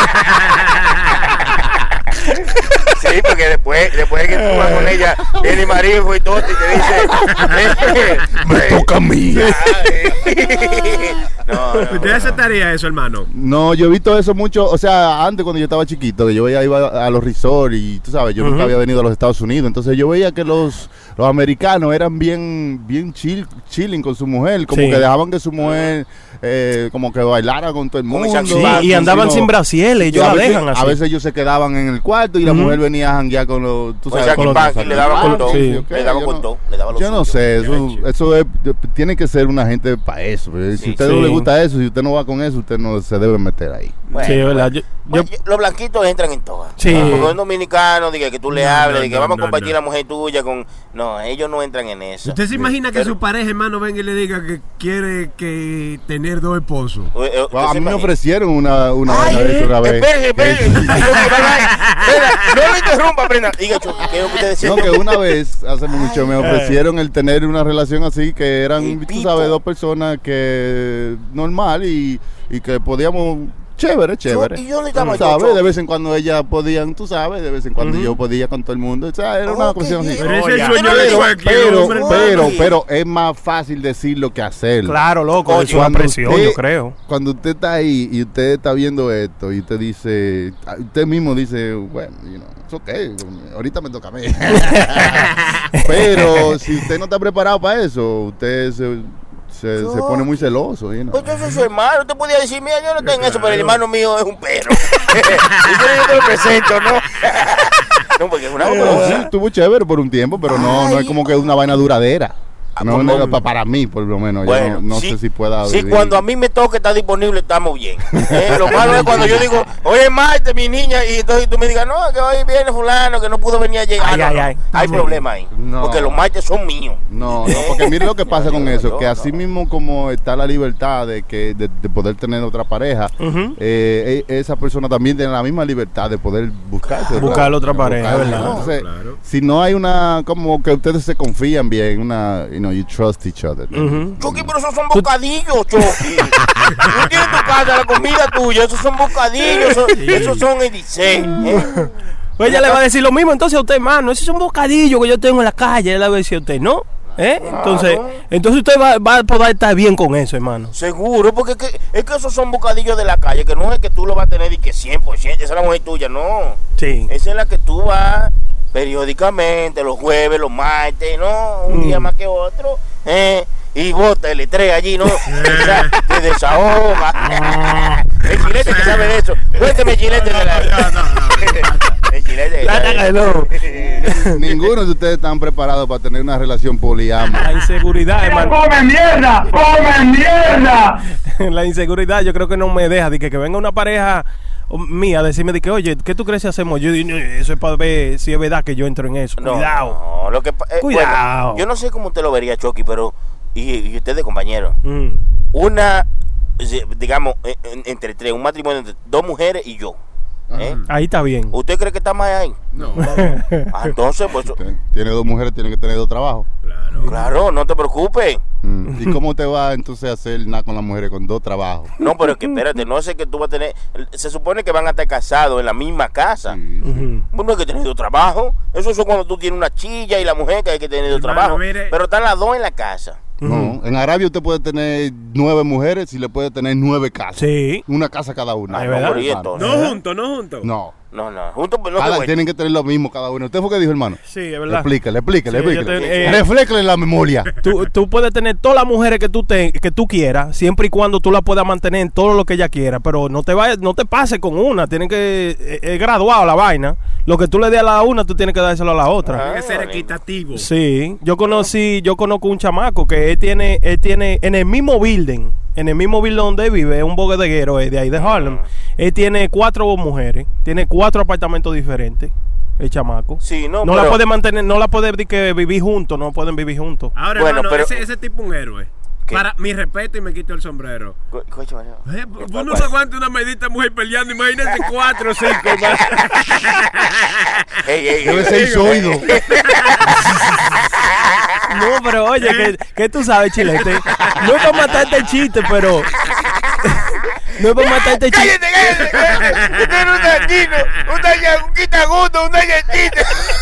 Sí, porque después de que tú vas con ella, viene marido y todo, y te dice, me toca a mí. ¿Usted aceptaría eso, hermano? No, yo he visto eso mucho, o sea, antes cuando yo estaba chiquito, que yo iba a los resorts y tú sabes, yo nunca había venido a los Estados Unidos, entonces yo veía que los americanos eran bien chilling con su mujer, como que dejaban que su mujer como que bailara con todo el mundo. Y andaban sin brasieles, ellos la dejan así. A veces ellos se quedaban en el cuarto y la mujer venía a janguear con los, tú sabes, con los le daba con todo. Yo no sé, eso tiene que ser una gente para eso. Si a usted no le gusta eso, si usted no va con eso, usted no se debe meter ahí. Bueno, los blanquitos entran en todas. Porque un dominicano diga que tú le hables, de que vamos a compartir la mujer tuya con... No, ellos no entran en eso. ¿Usted se imagina que su pareja, hermano, venga y le diga que quiere tener 2 esposos? A mí me ofrecieron una vez. Espere. No me interrumpa, Brenda. Diga, ¿qué es lo que usted decía? No, que una vez, hace mucho, me ofrecieron el tener una relación así, que eran, tú sabes, 2 personas que normal y que podíamos... Chévere. Y yo estaba ¿sabes? De vez en cuando ellas podían, tú sabes, de vez en cuando yo podía con todo el mundo. O sea, era una cuestión así. Pero es más fácil decirlo que hacerlo. Claro, loco, es una presión, yo creo. Cuando usted está ahí y usted está viendo esto y usted dice, usted mismo dice, bueno, it's okay, ahorita me toca a mí. Pero si usted no está preparado para eso, usted se pone muy celoso. Pues yo soy su hermano. Usted podía decir, mira, yo no tengo eso, pero el hermano mío es un perro. Y yo te lo presento, ¿no? No, porque es una cosa. Sí, estuvo chévere por un tiempo, pero no es como que una vaina duradera. Para mí, por lo menos. Bueno, no sé si pueda. Sí, cuando a mí me toque estar disponible, estamos bien. Lo malo es cuando yo digo, hoy es martes, mi niña, y entonces tú me digas, no, que hoy viene fulano, que no pudo venir ayer. Hay problema ahí. Porque los martes son míos. No, porque mire lo que pasa con eso, que así mismo como está la libertad de poder tener otra pareja, esa persona también tiene la misma libertad de poder buscar otra pareja, ¿verdad? Entonces, si no hay una, como que ustedes se confían bien, you trust each other. Chucky, pero esos son bocadillos, Chucky. Tú tienes tu casa, la comida tuya, esos son bocadillos, esos son Edicé. Pues ella le va a decir lo mismo entonces a usted, hermano. Ese es un bocadillo que yo tengo en la calle. Ella le va a decir a usted, ¿no? Entonces usted va a poder estar bien con eso, hermano. Seguro, porque es que esos son bocadillos de la calle, que no es que tú lo vas a tener y que 100%, esa es la mujer tuya, no. Sí. Esa es la que tú vas periódicamente, los jueves, los martes, ¿no? Un día más que otro, y bota el estrés allí, ¿no? Te desahoga. El chilete que sabe de eso. Cuénteme, chilete de la... El chilete. Ninguno de ustedes están preparados para tener una relación poliamorosa. La inseguridad, hermano. ¡Come mierda! ¡Come mierda! La inseguridad yo creo que no me deja de que venga una pareja mía a decirme de que, oye, ¿qué tú crees si hacemos? Yo digo, eso es para ver si es verdad que yo entro en eso. Cuidado. No, Cuidado. Bueno, yo no sé cómo usted lo vería, Chucky, pero y ustedes, compañeros, una, digamos, entre tres, un matrimonio entre 2 mujeres y yo. Ahí está bien. ¿Usted cree que está más ahí? No. Entonces, pues... Tiene 2 mujeres, tiene que tener 2 trabajos. Claro, no te preocupes. ¿Y cómo te va entonces a hacer nada con las mujeres con 2 trabajos? No, pero es que espérate, no sé que tú vas a tener... Se supone que van a estar casados en la misma casa. No hay que tener 2 trabajos. Eso es cuando tú tienes una chilla y la mujer que hay que tener 2 trabajos. Pero están las 2 en la casa. No, en Arabia usted puede tener 9 mujeres y le puede tener 9 casas. Sí. Una casa cada una. Ay, ¿verdad? No juntos. No. Juntos, pues no. Tienen que tener lo mismo cada uno. ¿Usted fue que dijo, hermano? Sí, es verdad. Explícale. Sí, Reflécale la memoria. Tú puedes tener todas las mujeres que tú quieras, siempre y cuando tú la puedas mantener en todo lo que ella quiera, pero no te pases con una. Tienen que graduado la vaina. Lo que tú le des a la una, tú tienes que dárselo a la otra. Tiene que ser equitativo. Sí, yo conozco un chamaco que él tiene en el mismo building. En el mismo building donde vive, es un bodeguero de ahí de Harlem. Él tiene 4 mujeres, tiene 4 apartamentos diferentes. El chamaco. Sí, no la puede mantener, no la puede vivir juntos, no pueden vivir juntos. Ahora, bueno, hermano, ese tipo un héroe. ¿Qué? Para mi respeto y me quito el sombrero. Vos no se aguanta una medita mujer peleando, imagínate 4 o 5 más. Debe ser soido. No, pero oye, que tú sabes, Chilete. No es para matarte el chiste, pero... No es para matarte el chiste. ¡Cállate! Usted es un dañino, un quitagundo, un dañachito.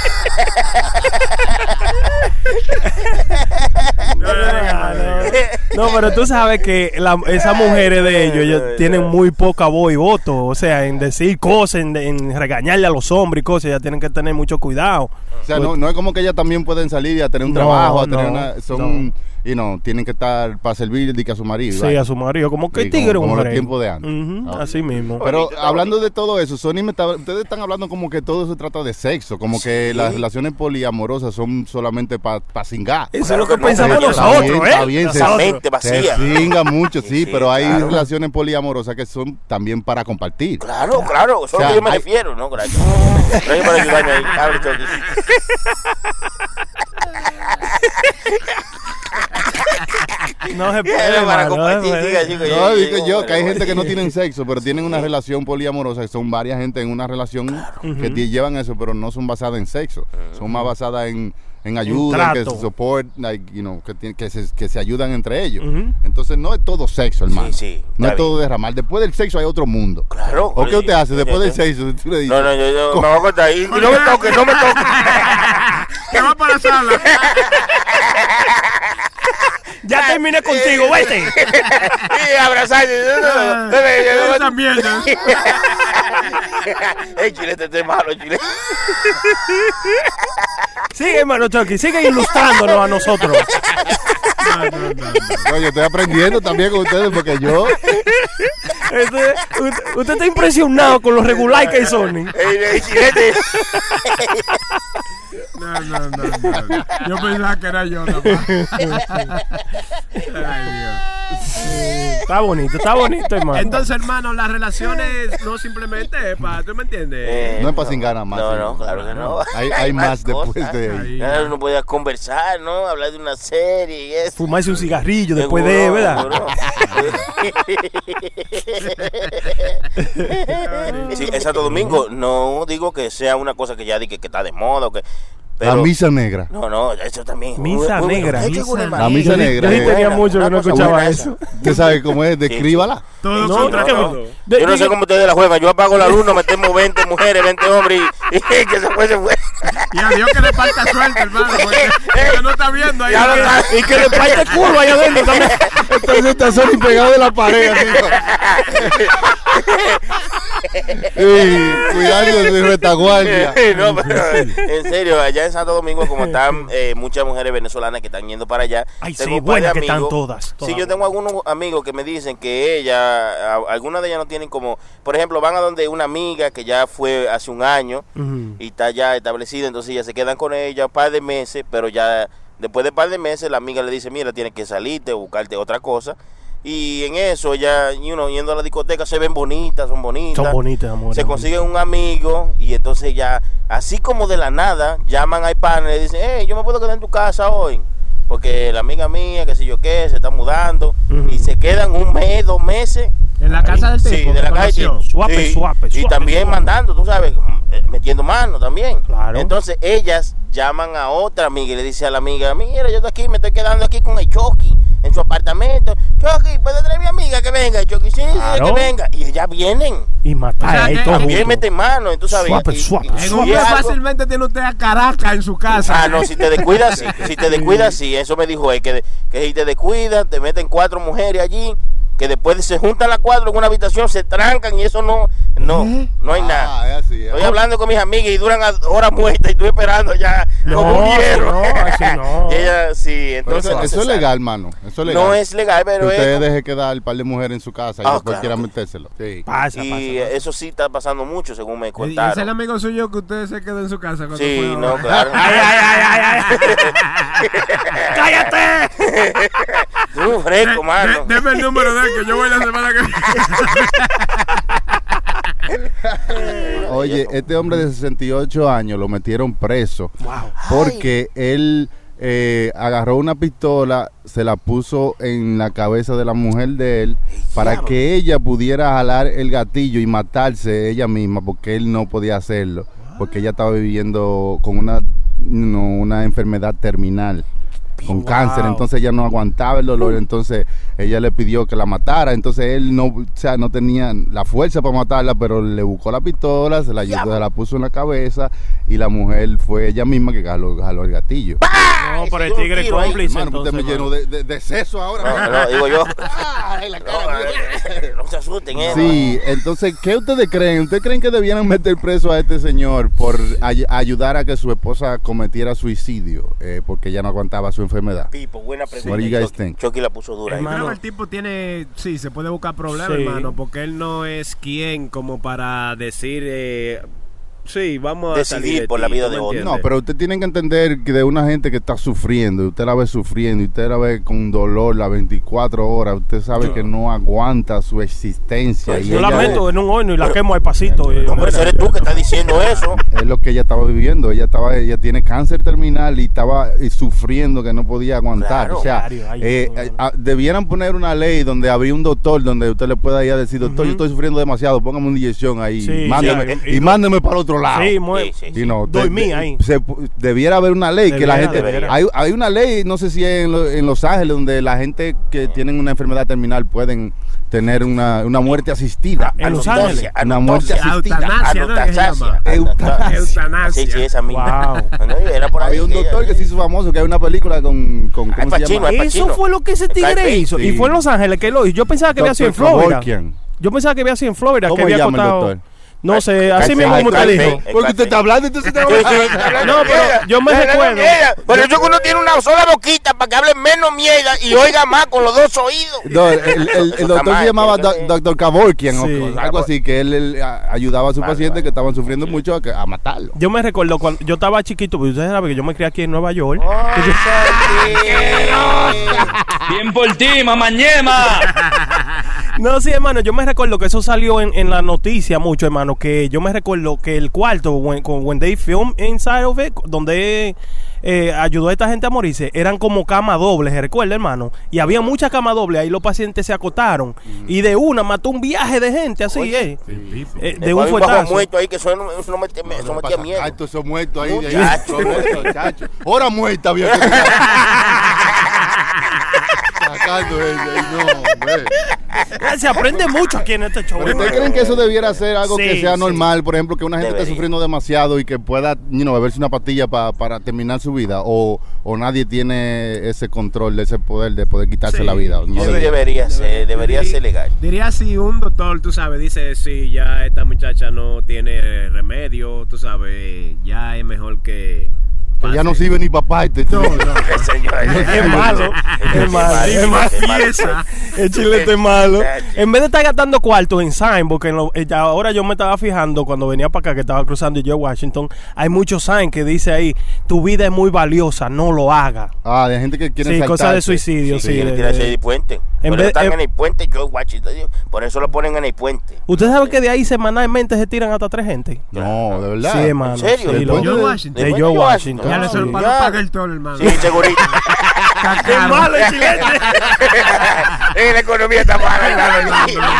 No, pero tú sabes que esas mujeres de ellos tienen muy poca voz y voto. O sea, en decir cosas, en regañarle a los hombres y cosas, ya tienen que tener mucho cuidado. O sea, no es como que ellas también pueden salir y a tener un trabajo, a tener una... tienen que estar para servir a su marido. Sí, a su marido, como que tigre, como los tiempos de antes. Así mismo. Pero hablando de todo eso, ustedes están hablando como que todo se trata de sexo, como que las relaciones poliamorosas son solamente para cingar. Eso es lo que pensamos nosotros, Está bien, la mente vacía. Se cinga mucho, sí, pero hay relaciones poliamorosas que son también para compartir. Claro, eso es lo que yo me refiero, ¿no? Gracias. Gracias por ayudarme ahí. Hable, Chucky. No se puede para compartir. Digo yo que hay gente que no tienen sexo, pero tienen una relación poliamorosa. Son varias gente en una relación que llevan eso, pero no son basadas en sexo. Son más basadas en ayuda, que se support, que se ayudan entre ellos. Entonces no es todo sexo, hermano. Sí, no es todo derramar. Después del sexo hay otro mundo. Claro. ¿O qué usted hace después del sexo? Tú le dices, no, yo me voy a contar ahí. No me toques. Te vas para la sala. Ya terminé contigo, vete. Sí, abrazarte. Esa mierda. Chilete, este es malo, Chilete. Sigue, hermano Chucky, sigue ilustrándonos a nosotros. No, yo estoy aprendiendo también con ustedes porque yo... Usted está impresionado con lo regular que son. Chilete. No. Yo pensaba que era yo, nomás. Ay, Dios. Está bonito, hermano. Entonces, hermano, las relaciones no simplemente es para, ¿tú me entiendes? No es para cingar nada más. No, claro que no. Hay más después de ahí. Claro, uno podía conversar, ¿no? Hablar de una serie y eso. Fumarse un cigarrillo después de, ¿verdad? Sí, en Santo Domingo no digo que sea una cosa que ya di que está de moda o que... La misa negra. No, eso también. Misa negra. La misa negra. Yo tenía mucho que no escuchaba eso. ¿Usted sabe cómo es? Descríbala. Todo contra todo. Yo no sé cómo ustedes la juegan. Yo apago la luz, nos metemos 20 mujeres, 20 hombres y que se fue. Y a Dios que le falta suerte, hermano. Porque no está viendo ahí. Y que le parte culo allá adentro también. Entonces está solo y pegado de la pared. Cuidando de su retaguardia. No, pero en serio, allá en Santo Domingo, como están muchas mujeres venezolanas que están yendo para allá. Ay, sí, buenas que están todas. Sí, yo tengo algunos amigos que me dicen que algunas de ellas no tienen como, por ejemplo, van a donde una amiga que ya fue hace un año y está ya establecida, entonces ya se quedan con ella un par de meses, pero ya después de un par de meses la amiga le dice, mira, tienes que salirte o buscarte otra cosa. Y en eso ya, yendo a la discoteca, se ven bonitas, son bonitas. Son bonitas, amor. Se consiguen un amigo y entonces ya, así como de la nada, llaman al pana y le dicen, yo me puedo quedar en tu casa hoy. Porque la amiga mía, que sé yo qué, se está mudando. Y se quedan un mes, 2 meses. En la casa del tipo. Sí, de la casa del tipo. Suape. Y también mandando, tú sabes, metiendo mano también. Claro. Entonces ellas llaman a otra amiga y le dice a la amiga, mira, yo estoy aquí, me estoy quedando aquí con el Chucky en su apartamento. Chucky, ¿puede traer a mi amiga que venga? Chucky, sí, que venga. Y ellas vienen. Y matan. También meten mano, tú sabes. Suape. En un mes fácilmente tiene usted a Caracas en su casa. No, si te descuidas, sí. Si te descuidas, sí. Eso me dijo él, que si te descuidas, te meten 4 mujeres allí, que después se juntan las 4 en una habitación, se trancan y eso no hay nada. Es así, Estoy hablando con mis amigas y duran horas muertas y estoy esperando ya como un hierro. No. Y ella, sí, entonces eso es legal, mano. Eso es legal. No es legal, pero que usted deje quedar el par de mujeres en su casa y después quiera metérselo. Sí. Pasa. Eso sí está pasando mucho, según me contaron. ¿Y es el amigo suyo que usted se quedó en su casa? Sí, no, claro. ¡Ay! ¡Cállate! Tú fresco, mano. Deme el número de él, que yo voy la semana que viene. Oye, este hombre de 68 años lo metieron preso porque él agarró una pistola, se la puso en la cabeza de la mujer de él para que ella pudiera jalar el gatillo y matarse ella misma, porque él no podía hacerlo, porque ella estaba viviendo con una enfermedad terminal, con cáncer. Entonces ella no aguantaba el dolor, entonces ella le pidió que la matara. Entonces él no tenía la fuerza para matarla, pero le buscó la pistola, se la puso en la cabeza y la mujer fue ella misma que jaló el gatillo. No, pero el tigre cómplice. Hermano, usted me llenó de seso ahora. No, digo yo. No se asusten, Sí, entonces, ¿qué ustedes creen? ¿Ustedes creen que debieran meter preso a este señor por ayudar a que su esposa cometiera suicidio? Porque ella no aguantaba su enfermedad. Pipo, buena pregunta. Chucky la puso dura. Hermano, el tipo tiene, sí, se puede buscar problemas, hermano, porque él no es quien como para decir, sí, vamos a decidir por la vida de otro. No, pero usted tiene que entender que de una gente que está sufriendo, usted la ve sufriendo, y usted la ve con dolor las 24 horas, usted sabe que no aguanta su existencia. Yo la meto en un horno y la quemo al pasito. Hombre, eres tú que estás diciendo eso. Es lo que ella estaba viviendo. Ella tiene cáncer terminal y estaba sufriendo que no podía aguantar. Claro. O sea, debieran poner una ley donde habría un doctor donde usted le pueda ir a decir, doctor, yo estoy sufriendo demasiado, póngame una inyección ahí, mándeme para otro lado. Sí, dormí ahí. Debiera haber una ley que la gente. Hay una ley, no sé si es en Los Ángeles, donde la gente que tienen una enfermedad terminal pueden tener una muerte asistida. En Los Ángeles. Una muerte asistida. Eutanasia. Sí, esa misma. Había un doctor que se hizo famoso, que hay una película con ¿cómo se llama? Eso fue lo que ese tigre hizo. Y fue en Los Ángeles que lo hizo. Yo pensaba que había sido en Florida. Yo pensaba que había sido en Florida. ¿Cómo se llama el doctor? No sé, así mismo como te dijo. Porque usted está hablando, entonces no, pero yo me recuerdo. Pero eso que uno tiene una sola boquita para que hable menos mierda y oiga más con los 2 oídos. No, el doctor se llamaba Dr. Kevorkian, o algo así, que él ayudaba a sus pacientes que estaban sufriendo mucho a matarlo. Yo me recuerdo cuando yo estaba chiquito, porque ustedes saben que yo me crié aquí en Nueva York. Bien por ti, mamañema. No, sí, hermano, yo me recuerdo que eso salió en la noticia mucho, hermano, que yo me recuerdo que el cuarto, when they film inside of it, donde ayudó a esta gente a morirse, eran como camas dobles, ¿recuerda, hermano? Y había muchas camas dobles, ahí los pacientes se acotaron, y de una mató un viaje de gente, así, Oye, de un fuetazo. Muerto ahí, que eso metía miedo. Esos muertos ahí, chacho. Hora muerta, había que sacando Se aprende mucho aquí en este show. ¿Ustedes creen que eso debiera ser algo que sea normal? Por ejemplo, que una gente esté sufriendo demasiado y que pueda, beberse una pastilla para terminar su vida, o nadie tiene ese control, de ese poder de poder quitarse la vida. No debería ser legal. Diría si un doctor, tú sabes, dice, si ya esta muchacha no tiene remedio, tú sabes, ya es mejor que ya no sirve ni papá. Es malo. El chilete es malo. En vez de estar gastando cuartos en sign, porque ahora yo me estaba fijando cuando venía para acá, que estaba cruzando yo Washington, hay muchos sign que dice ahí, tu vida es muy valiosa, no lo haga. De gente que quiere saltarse. Cosas de suicidio. El puente. Están en el puente, yo Washington, por eso lo ponen en el puente. ¿Usted sabe que de ahí semanalmente se tiran hasta 3 gente? No, de verdad. Sí, hermano. ¿En serio? Sí, de George Washington. Ya le solo paga el toro, hermano. Sí, segurito. ¡Qué malo el chilete! La economía está mala, hermano.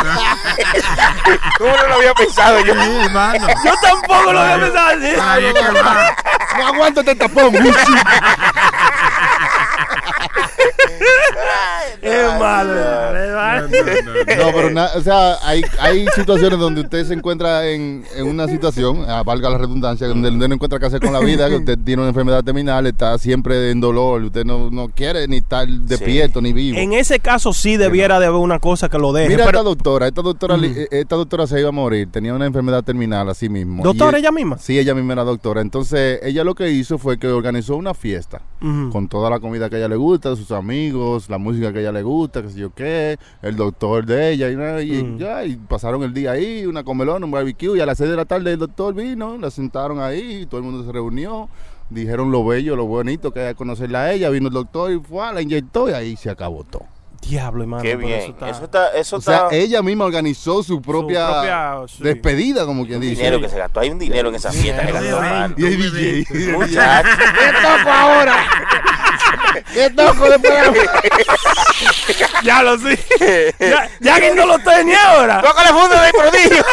¿Cómo no lo había pensado yo? Hermano. Yo tampoco lo había pensado. No aguanto este tapón. Es malo. No, pero o sea, hay situaciones donde usted se encuentra en una situación, valga la redundancia, donde usted no encuentra qué hacer con la vida, que usted tiene una enfermedad terminal, está siempre en dolor, usted no quiere ni estar despierto ni vivo. En ese caso sí debiera de haber una cosa que lo deje. Mira, esta doctora se iba a morir, tenía una enfermedad terminal así mismo. ¿Doctora ella misma? Sí, ella misma era doctora. Entonces ella lo que hizo fue que organizó una fiesta con toda la comida que a ella le gusta, sus amigos, la música que a ella le gusta, qué sé yo qué, el doctor de ella y pasaron el día ahí, una comelona, un barbecue, y a las 6 de la tarde el doctor vino, la sentaron ahí, todo el mundo se reunió, dijeron lo bello, lo bonito que hay que conocerla a ella, vino el doctor y la inyectó y ahí se acabó todo. Diablo, hermano. Qué bien. Eso o sea, ella misma organizó su propia despedida, como quien dice. Dinero que se gastó. Hay un dinero en esa fiesta que gastó, hermano. Y hay DJ. Muchacho. ¿Qué toco ahora? ¿Qué toco después? Ya lo sé. Ya que no lo tenía ahora. Tócale fondo de prodigio.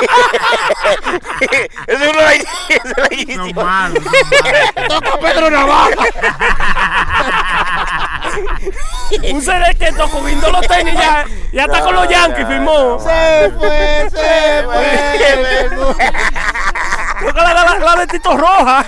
Ese es uno de la Toca Pedro Navaja. Un CD que tocó viendo los tenis ya está con los Yankees, firmó. Se fue. Toca la de Tito Roja.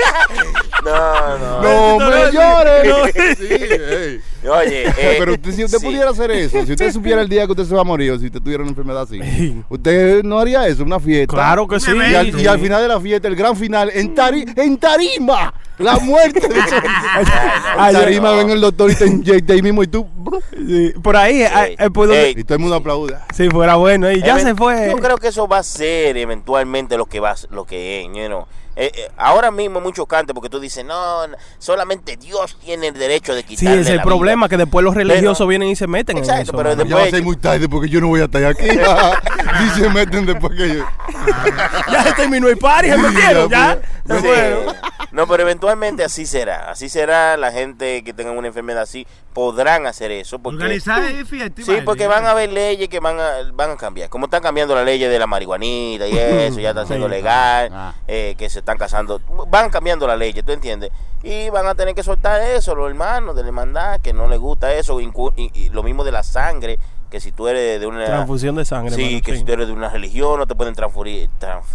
No me llores. Sí, oye, pero si usted pudiera hacer eso, si usted supiera el día que usted se va a morir, o si usted tuviera una enfermedad así, usted no haría eso, una fiesta. Claro que sí. Y al final de la fiesta, el gran final, en tarima, la muerte de eso. En tarima ven el doctor y te inyecta ahí mismo y tú. Por ahí, y todo el mundo aplaude. Si fuera bueno, y ya se fue. Yo creo que eso va a ser eventualmente lo que es, you know. Ahora mismo es muy chocante porque tú dices, no, solamente Dios tiene el derecho de quitarle Sí, es el problema, que después los religiosos vienen y se meten en eso. Pero después ya va a ser muy tarde porque yo no voy a estar aquí. Si se meten después que yo. Ya se terminó el party, se metieron, ya. No, pero eventualmente así será. Así será. La gente que tenga una enfermedad así podrán hacer eso. Organizar fiesta. Sí, porque van a haber leyes que van a cambiar. Como están cambiando la ley de la marihuanita y eso, ya está siendo legal, que se están casando. Van cambiando la ley, ¿tú entiendes? Y van a tener que soltar eso, los hermanos de la hermandad, que no les gusta eso. Y lo mismo de la sangre, que si tú eres de una transfusión de sangre, sí, que si tú eres de una religión no te pueden transferir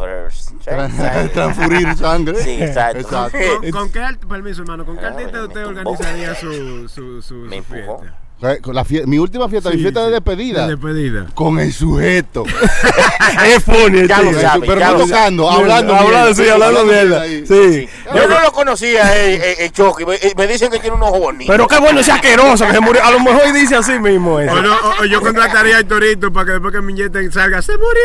sangre. Sí, exacto. ¿Con qué permiso, hermano? ¿Con qué artista usted organizaría su fiesta? Mi última fiesta, mi fiesta de despedida. Con el sujeto. Es funny, ya lo sabe, pero ya no tocando, hablando mierda. Sí. Yo no lo conocía, el Chucky. Me dicen que tiene un ojo bonito. Pero qué bueno, ese asqueroso que se murió. A lo mejor dice así mismo eso. O yo contrataría al Torito para que después que mi inyecten salga, ¡se murió!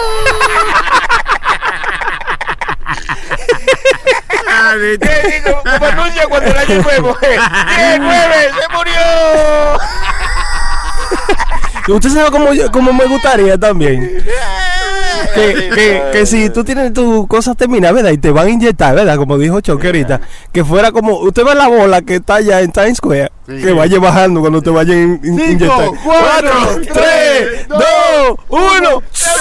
Como anuncia cuando el año nuevo. ¡El 9! ¡Se murió! Usted sabe cómo me gustaría también. Que si tú tienes tus cosas terminadas, ¿verdad? Y te van a inyectar, ¿verdad? Como dijo Choque ahorita, que fuera como, usted ve la bola que está allá en Times Square, que vaya bajando cuando te vayan a inyectar. 4, 3, 2, 1. No.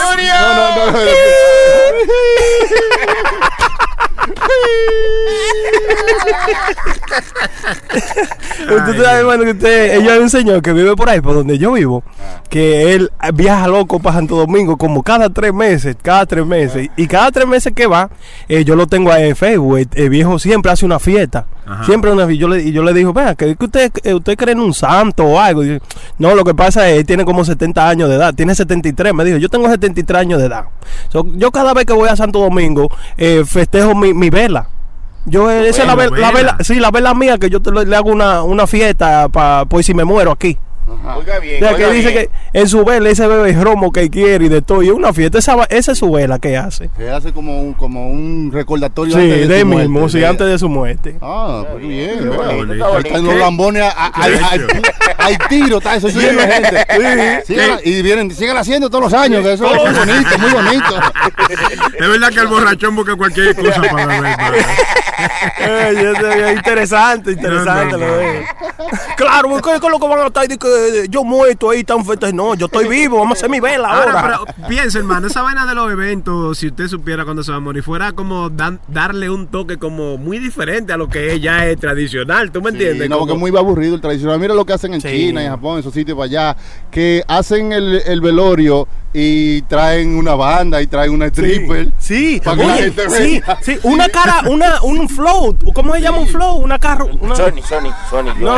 Usted sabe, hermano, que ella es un señor que vive por ahí, por donde yo vivo, que él viaja loco para Santo Domingo como cada 3 meses, y cada 3 meses que va, yo lo tengo ahí en Facebook, el viejo siempre hace una fiesta. Siempre y yo le digo, vea, que usted cree en un santo o algo. Y, no, lo que pasa es que él tiene como 70 años de edad, tiene 73, me dijo, yo tengo 73 años de edad. Yo cada vez que voy a Santo Domingo festejo mi vela. Esa es la vela mía, que yo le hago una fiesta por si me muero aquí. Oiga bien, o sea, que dice que en su vela ese bebe el romo que quiere y de todo, y es una fiesta, esa es su vela que hace. Que hace como un recordatorio antes de su muerte. Mismo, sí, antes de su muerte. Muy bien. Ahí están los lambones, hay tiro, está eso lleno de gente. Siguen haciendo todos los años, que eso es muy bonito. Es verdad que el borrachón busca cualquier excusa para beber. Interesante. Claro, ¿qué es lo que van a estar? Yo muerto ahí, tan fuerte. No, yo estoy vivo, vamos a hacer mi vela ahora. Pero piensa, hermano, esa vaina de los eventos, si usted supiera cuándo se va a morir, fuera como darle un toque como muy diferente a lo que ya es tradicional, ¿tú me entiendes? No, porque es muy aburrido el tradicional. Mira lo que hacen en China, en Japón, en esos sitios para allá, que hacen el velorio y traen una banda y traen una stripper. Sí, una cara, un float, ¿cómo se llama un float? Una carro. Sony. No.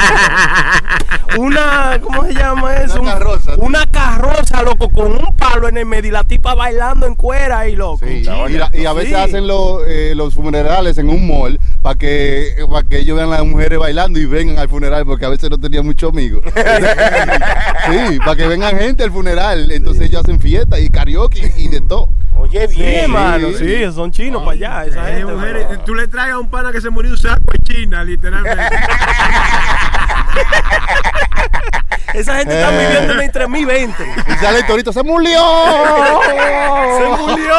¿Cómo se llama eso? Una carroza, loco, con un palo en el medio y la tipa bailando en cuera y loco. Sí, y a veces hacen los funerales en un mall para que ellos vean a las mujeres bailando y vengan al funeral, porque a veces no tenían muchos amigos. Sí, para que vengan gente al funeral. Entonces ellos hacen fiesta y karaoke y de todo. Oye, bien. Sí, hermano, sí, son chinos para allá. Esa gente, mujeres, tú le traes a un pana que se murió un saco de China, literalmente. Esa gente está viviendo en el 3020. Y sale el torito, ¡se murió! ¡Se murió!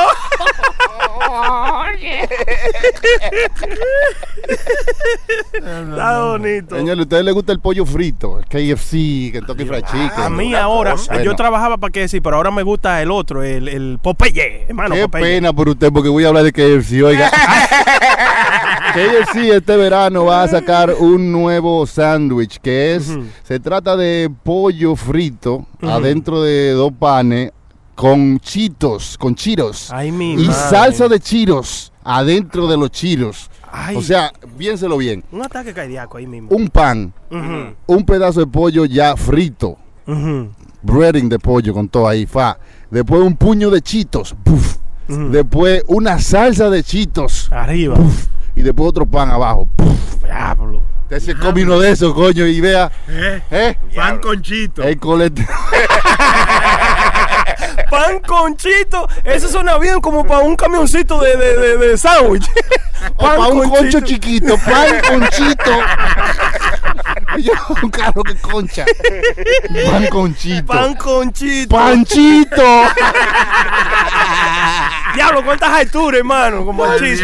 Está bonito. Señor, ¿a ustedes les gusta el pollo frito? El KFC, Kentucky Fried Chicken. A mí ahora, yo trabajaba para KFC, pero ahora me gusta el otro, el Popeye, hermano. Qué Popeye. pena por usted, porque voy a hablar de KFC, oiga. KFC este verano va a sacar un nuevo sándwich que se trata de pollo frito adentro de 2 panes con chitos, con chiros. Ay, y salsa de chiros adentro de los chiros. Ay. O sea, piénselo bien. Un ataque cardíaco ahí mismo. Un pan, un pedazo de pollo ya frito, breading de pollo con todo ahí, después un puño de chitos, después una salsa de chitos arriba, y después otro pan abajo. Diablo. Usted se come uno de esos, coño, y vea. Pan con chito. El colete. Pan con chito. Eso suena bien como para un camioncito de sándwich. Para un concho chiquito. Pan con chito. Yo un carro que concha. Pan con chito. Pan con chito. Panchito. Diablo, ¿cuántas alturas, hermano? Como el chiste.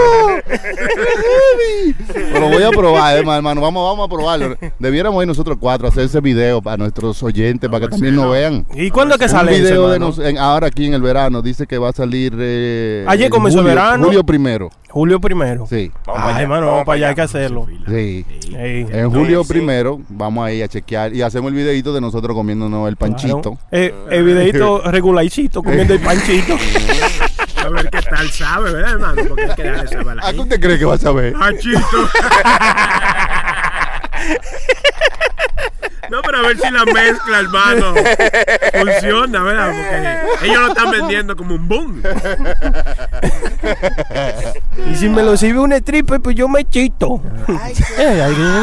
Lo voy a probar, hermano. Vamos a probarlo. Debiéramos ir nosotros 4 a hacer ese video para nuestros oyentes, para que también nos vean. ¿Y cuándo es que sale ese video ese, ahora aquí en el verano? Dice que va a salir ayer comenzó el verano. Julio primero. Sí. Ay, hermano, vamos para allá, hay que hacerlo. Sí. En julio primero vamos a ir a chequear y hacemos el videito de nosotros comiéndonos el panchito. El videito regularcito comiendo el panchito. A ver qué tal sabe, ¿verdad, hermano? Porque hay que darle saber a la gente. ¿A qué usted cree que va a saber? Panchito. No, pero a ver si la mezcla, hermano, funciona, ¿verdad? Porque ellos lo están vendiendo como un boom. Y si me lo sirve un stripper, pues yo me chito.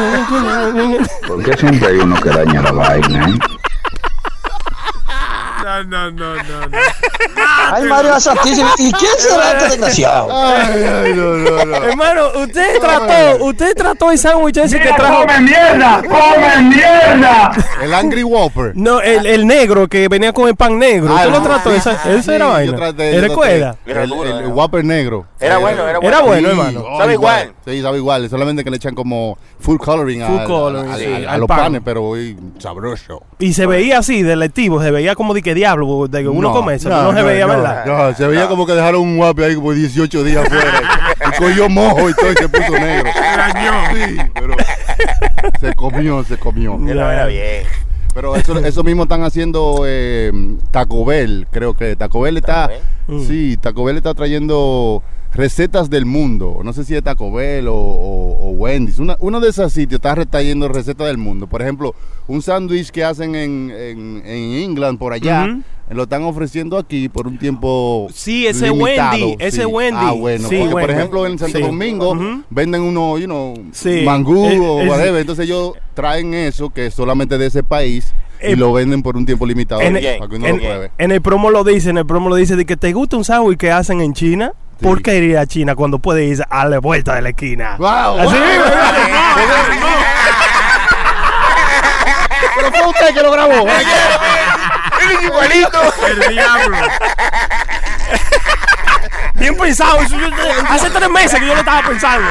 ¿Por qué siempre hay uno que daña la vaina, No. Ay, María Santísima. ¿Y quién será este desgraciado? Ay, no. Hermano, usted trató el sándwich ese que trajo. ¡Come mierda! El Angry Whopper. No, el negro que venía con el pan negro. ¿Usted lo trató? Esa era vaina. ¿Recuerda? El Whopper negro. Era bueno. Era bueno, hermano. Sabe igual. Sí, sabe igual. Solamente que le echan como full coloring a los panes, pero hoy sabroso. Y se veía así, delictivo. Se veía como de que diablo, de que uno come eso. No se veía, ¿verdad? No, se veía como que dejaron un Whopper ahí como 18 días fuera. Y cogió mojo y todo y se puso negro. Sí, pero se comió. Era bien. Pero eso mismo están haciendo Taco Bell, creo que Taco Bell está trayendo recetas del mundo. No sé si es Taco Bell o Wendy's. Uno de esos sitios está trayendo recetas del mundo. Por ejemplo, un sándwich que hacen en England por allá. Lo están ofreciendo aquí por un tiempo limitado. Wendy. Ah, bueno, sí, porque por ejemplo en Santo Domingo venden uno, mangú o whatever, entonces ellos traen eso que es solamente de ese país y lo venden por un tiempo limitado para que uno lo pruebe. En el promo lo dice de que te gusta un sándwich que hacen en China. Sí. ¿Por qué ir a China cuando puede ir a la vuelta de la esquina? ¡Wow! Así Pero fue usted que lo grabó. Igualito. El diablo. Bien pensado. Hace 3 meses que yo lo estaba pensando.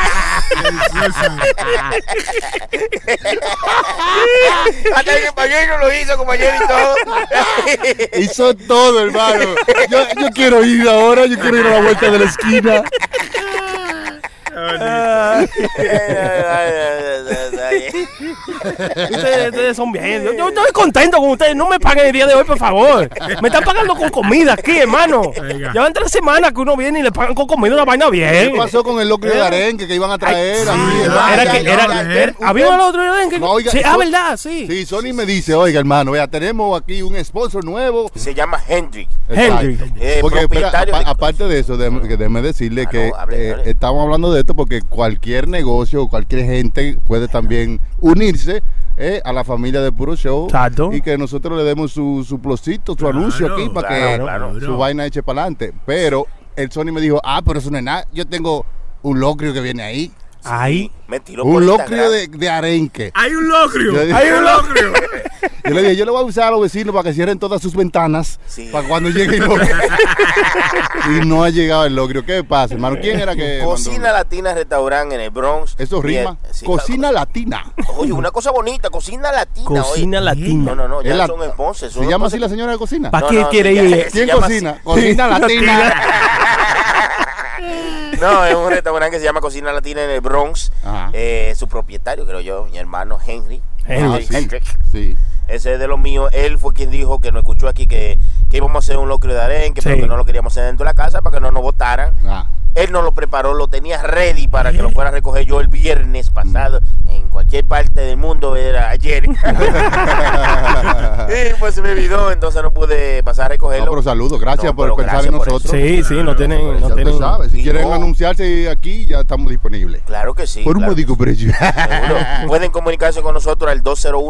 Hasta el compañero lo hizo, compañero y todo. Hizo todo, hermano. Yo quiero ir ahora. Yo quiero ir a la vuelta de la esquina. Ustedes son bien. Yo estoy contento con ustedes. No me paguen el día de hoy, por favor. Me están pagando con comida aquí, hermano. Llevan 3 semanas que uno viene y le pagan con comida una vaina bien. ¿Qué pasó con el locrio de arenque que iban a traer? ¿Había un otro de arenque? Sí, verdad, sí. Sí, Sony me dice, oiga, hermano, vea, tenemos aquí un sponsor nuevo. Se llama Hendrix. Porque aparte de eso, déjeme decirle que estamos hablando de esto porque cualquier negocio o cualquier gente puede también unirse a la familia de Puro Show. Exacto. Y que nosotros le demos su plosito, su anuncio aquí para que su vaina eche para adelante. Pero el Sony me dijo, pero eso no es nada, yo tengo un locrio que viene ahí. Ahí. Un locrio de arenque. Hay un locrio. Yo le dije, yo le voy a avisar a los vecinos para que cierren todas sus ventanas para cuando llegue el locrio. Y no ha llegado el locrio. ¿Qué pasa, hermano? ¿Quién era que Cocina Latina Restaurante en el Bronx. ¿Eso rima? Cocina Latina. Oye, una cosa bonita, Cocina Latina. Cocina Latina. No, ya son sponsors. ¿Se llama así la señora de cocina? ¿Para qué quiere ir? ¿Quién cocina? Cocina Latina. No, es un restaurante que se llama Cocina Latina en el Bronx. Su propietario, creo yo, mi hermano Henry. Sí. Ese es de los míos. Él fue quien dijo que nos escuchó aquí que íbamos a hacer un locrio de arenque, pero que no lo queríamos hacer dentro de la casa para que no nos botaran. Él nos lo preparó, lo tenía ready para que lo fuera a recoger yo el viernes pasado en cualquier parte del mundo, era ayer. Y pues se me olvidó, entonces no pude pasar a recogerlo. No, pero saludos, gracias por pensar en nosotros. Sí, no tienen. Si quieren anunciarse aquí, ya estamos disponibles. Claro que sí. Por un módico precio. Pueden comunicarse con nosotros al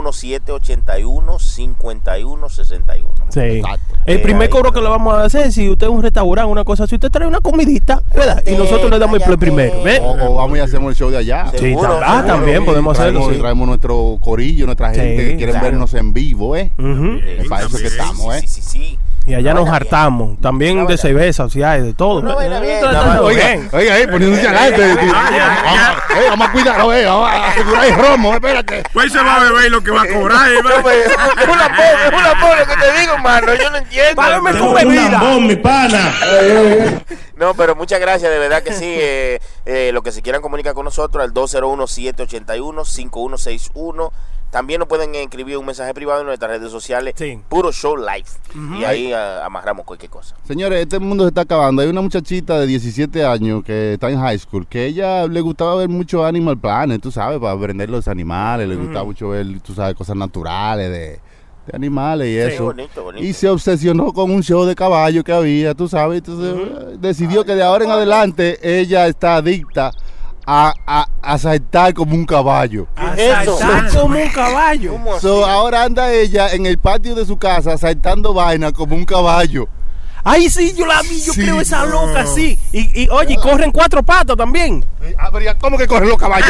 201-781-5161. Sí. Exacto. El primer cobro que le vamos a hacer, si usted es un restaurante, una cosa, si usted trae una comidita, ¿verdad? Y nosotros le damos el play primero, ¿ves? O vamos y hacemos el show de allá. Sí, también podemos hacerlo. Traemos nuestro corillo, nuestra gente que quieren vernos en vivo, Es para eso que estamos, Sí. Y allá nos hartamos, también de cerveza, o sea, de todo. Oiga, poniéndose adelante. Vamos a cuidarlo, vamos a asegurar el romo, espérate. Pues se va a beber lo que va a cobrar, una pobre que te digo, mano, yo no entiendo. Págame con bebida. Mi pana. No, pero muchas gracias, de verdad que sí. Lo que se quieran comunicar con nosotros al 201-781-5161. También nos pueden escribir un mensaje privado en nuestras redes sociales, Puro Show Live. Y ahí amarramos cualquier cosa. Señores, este mundo se está acabando. Hay una muchachita de 17 años que está en high school, que ella le gustaba ver mucho Animal Planet, tú sabes, para aprender los animales. Le gustaba mucho ver, tú sabes, cosas naturales de animales y eso. Bonito. Y se obsesionó con un show de caballo que había, tú sabes. Entonces decidió que de ahora en adelante ella está adicta a saltar como un caballo. A saltar como un caballo. Ahora anda ella en el patio de su casa saltando vaina como un caballo. Ay, sí, yo la vi, yo creo esa loca, sí. Y oye, corren 4 patas también. ¿Cómo que corren los caballos?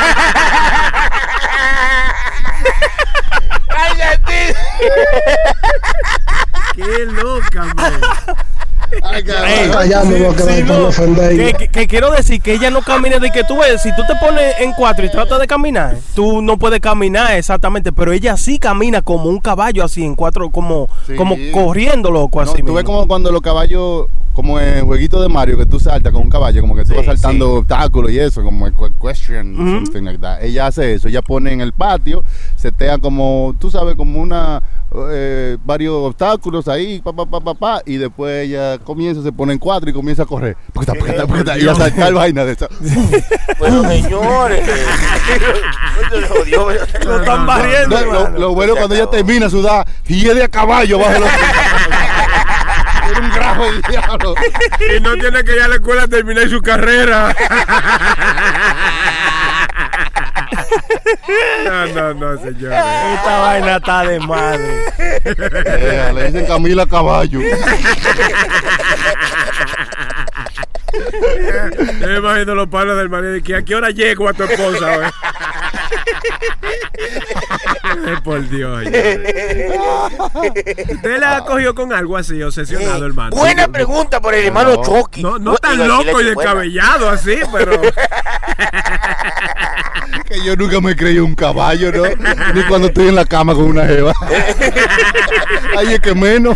¡Cállate! ¡Qué loca, man! Que quiero decir que ella no camina de que tú ves, si tú te pones en 4 y tratas de caminar, tú no puedes caminar exactamente, pero ella sí camina como un caballo así en 4, como corriendo, loco, así. Tú ves como cuando los caballos, como en el jueguito de Mario, que tú saltas con un caballo, como que tú vas saltando obstáculos y eso, como question, something like that. Ella hace eso, ella pone en el patio, setea como, tú sabes, como varios obstáculos ahí, y después ella se pone en 4 y comienza a correr. Y a saltar vaina de esa. Bueno, señores, lo están barriendo. Lo bueno cuando ella termina a sudar y es de a caballo bajo los. Un grajo del diablo. Y no tiene que ir a la escuela a terminar su carrera. No, señor. Esta vaina está de madre. Le dicen Camila Caballo. Yo me imagino los palos del marido de que ¿a qué hora llego a tu esposa? Por Dios. ¿Usted la cogió con algo así, obsesionado, hermano? Buena pregunta por el hermano Chucky. No tan loco y descabellado así, pero... Que yo nunca me creí un caballo, ¿no? Ni cuando estoy en la cama con una jeva. Ay, es que menos.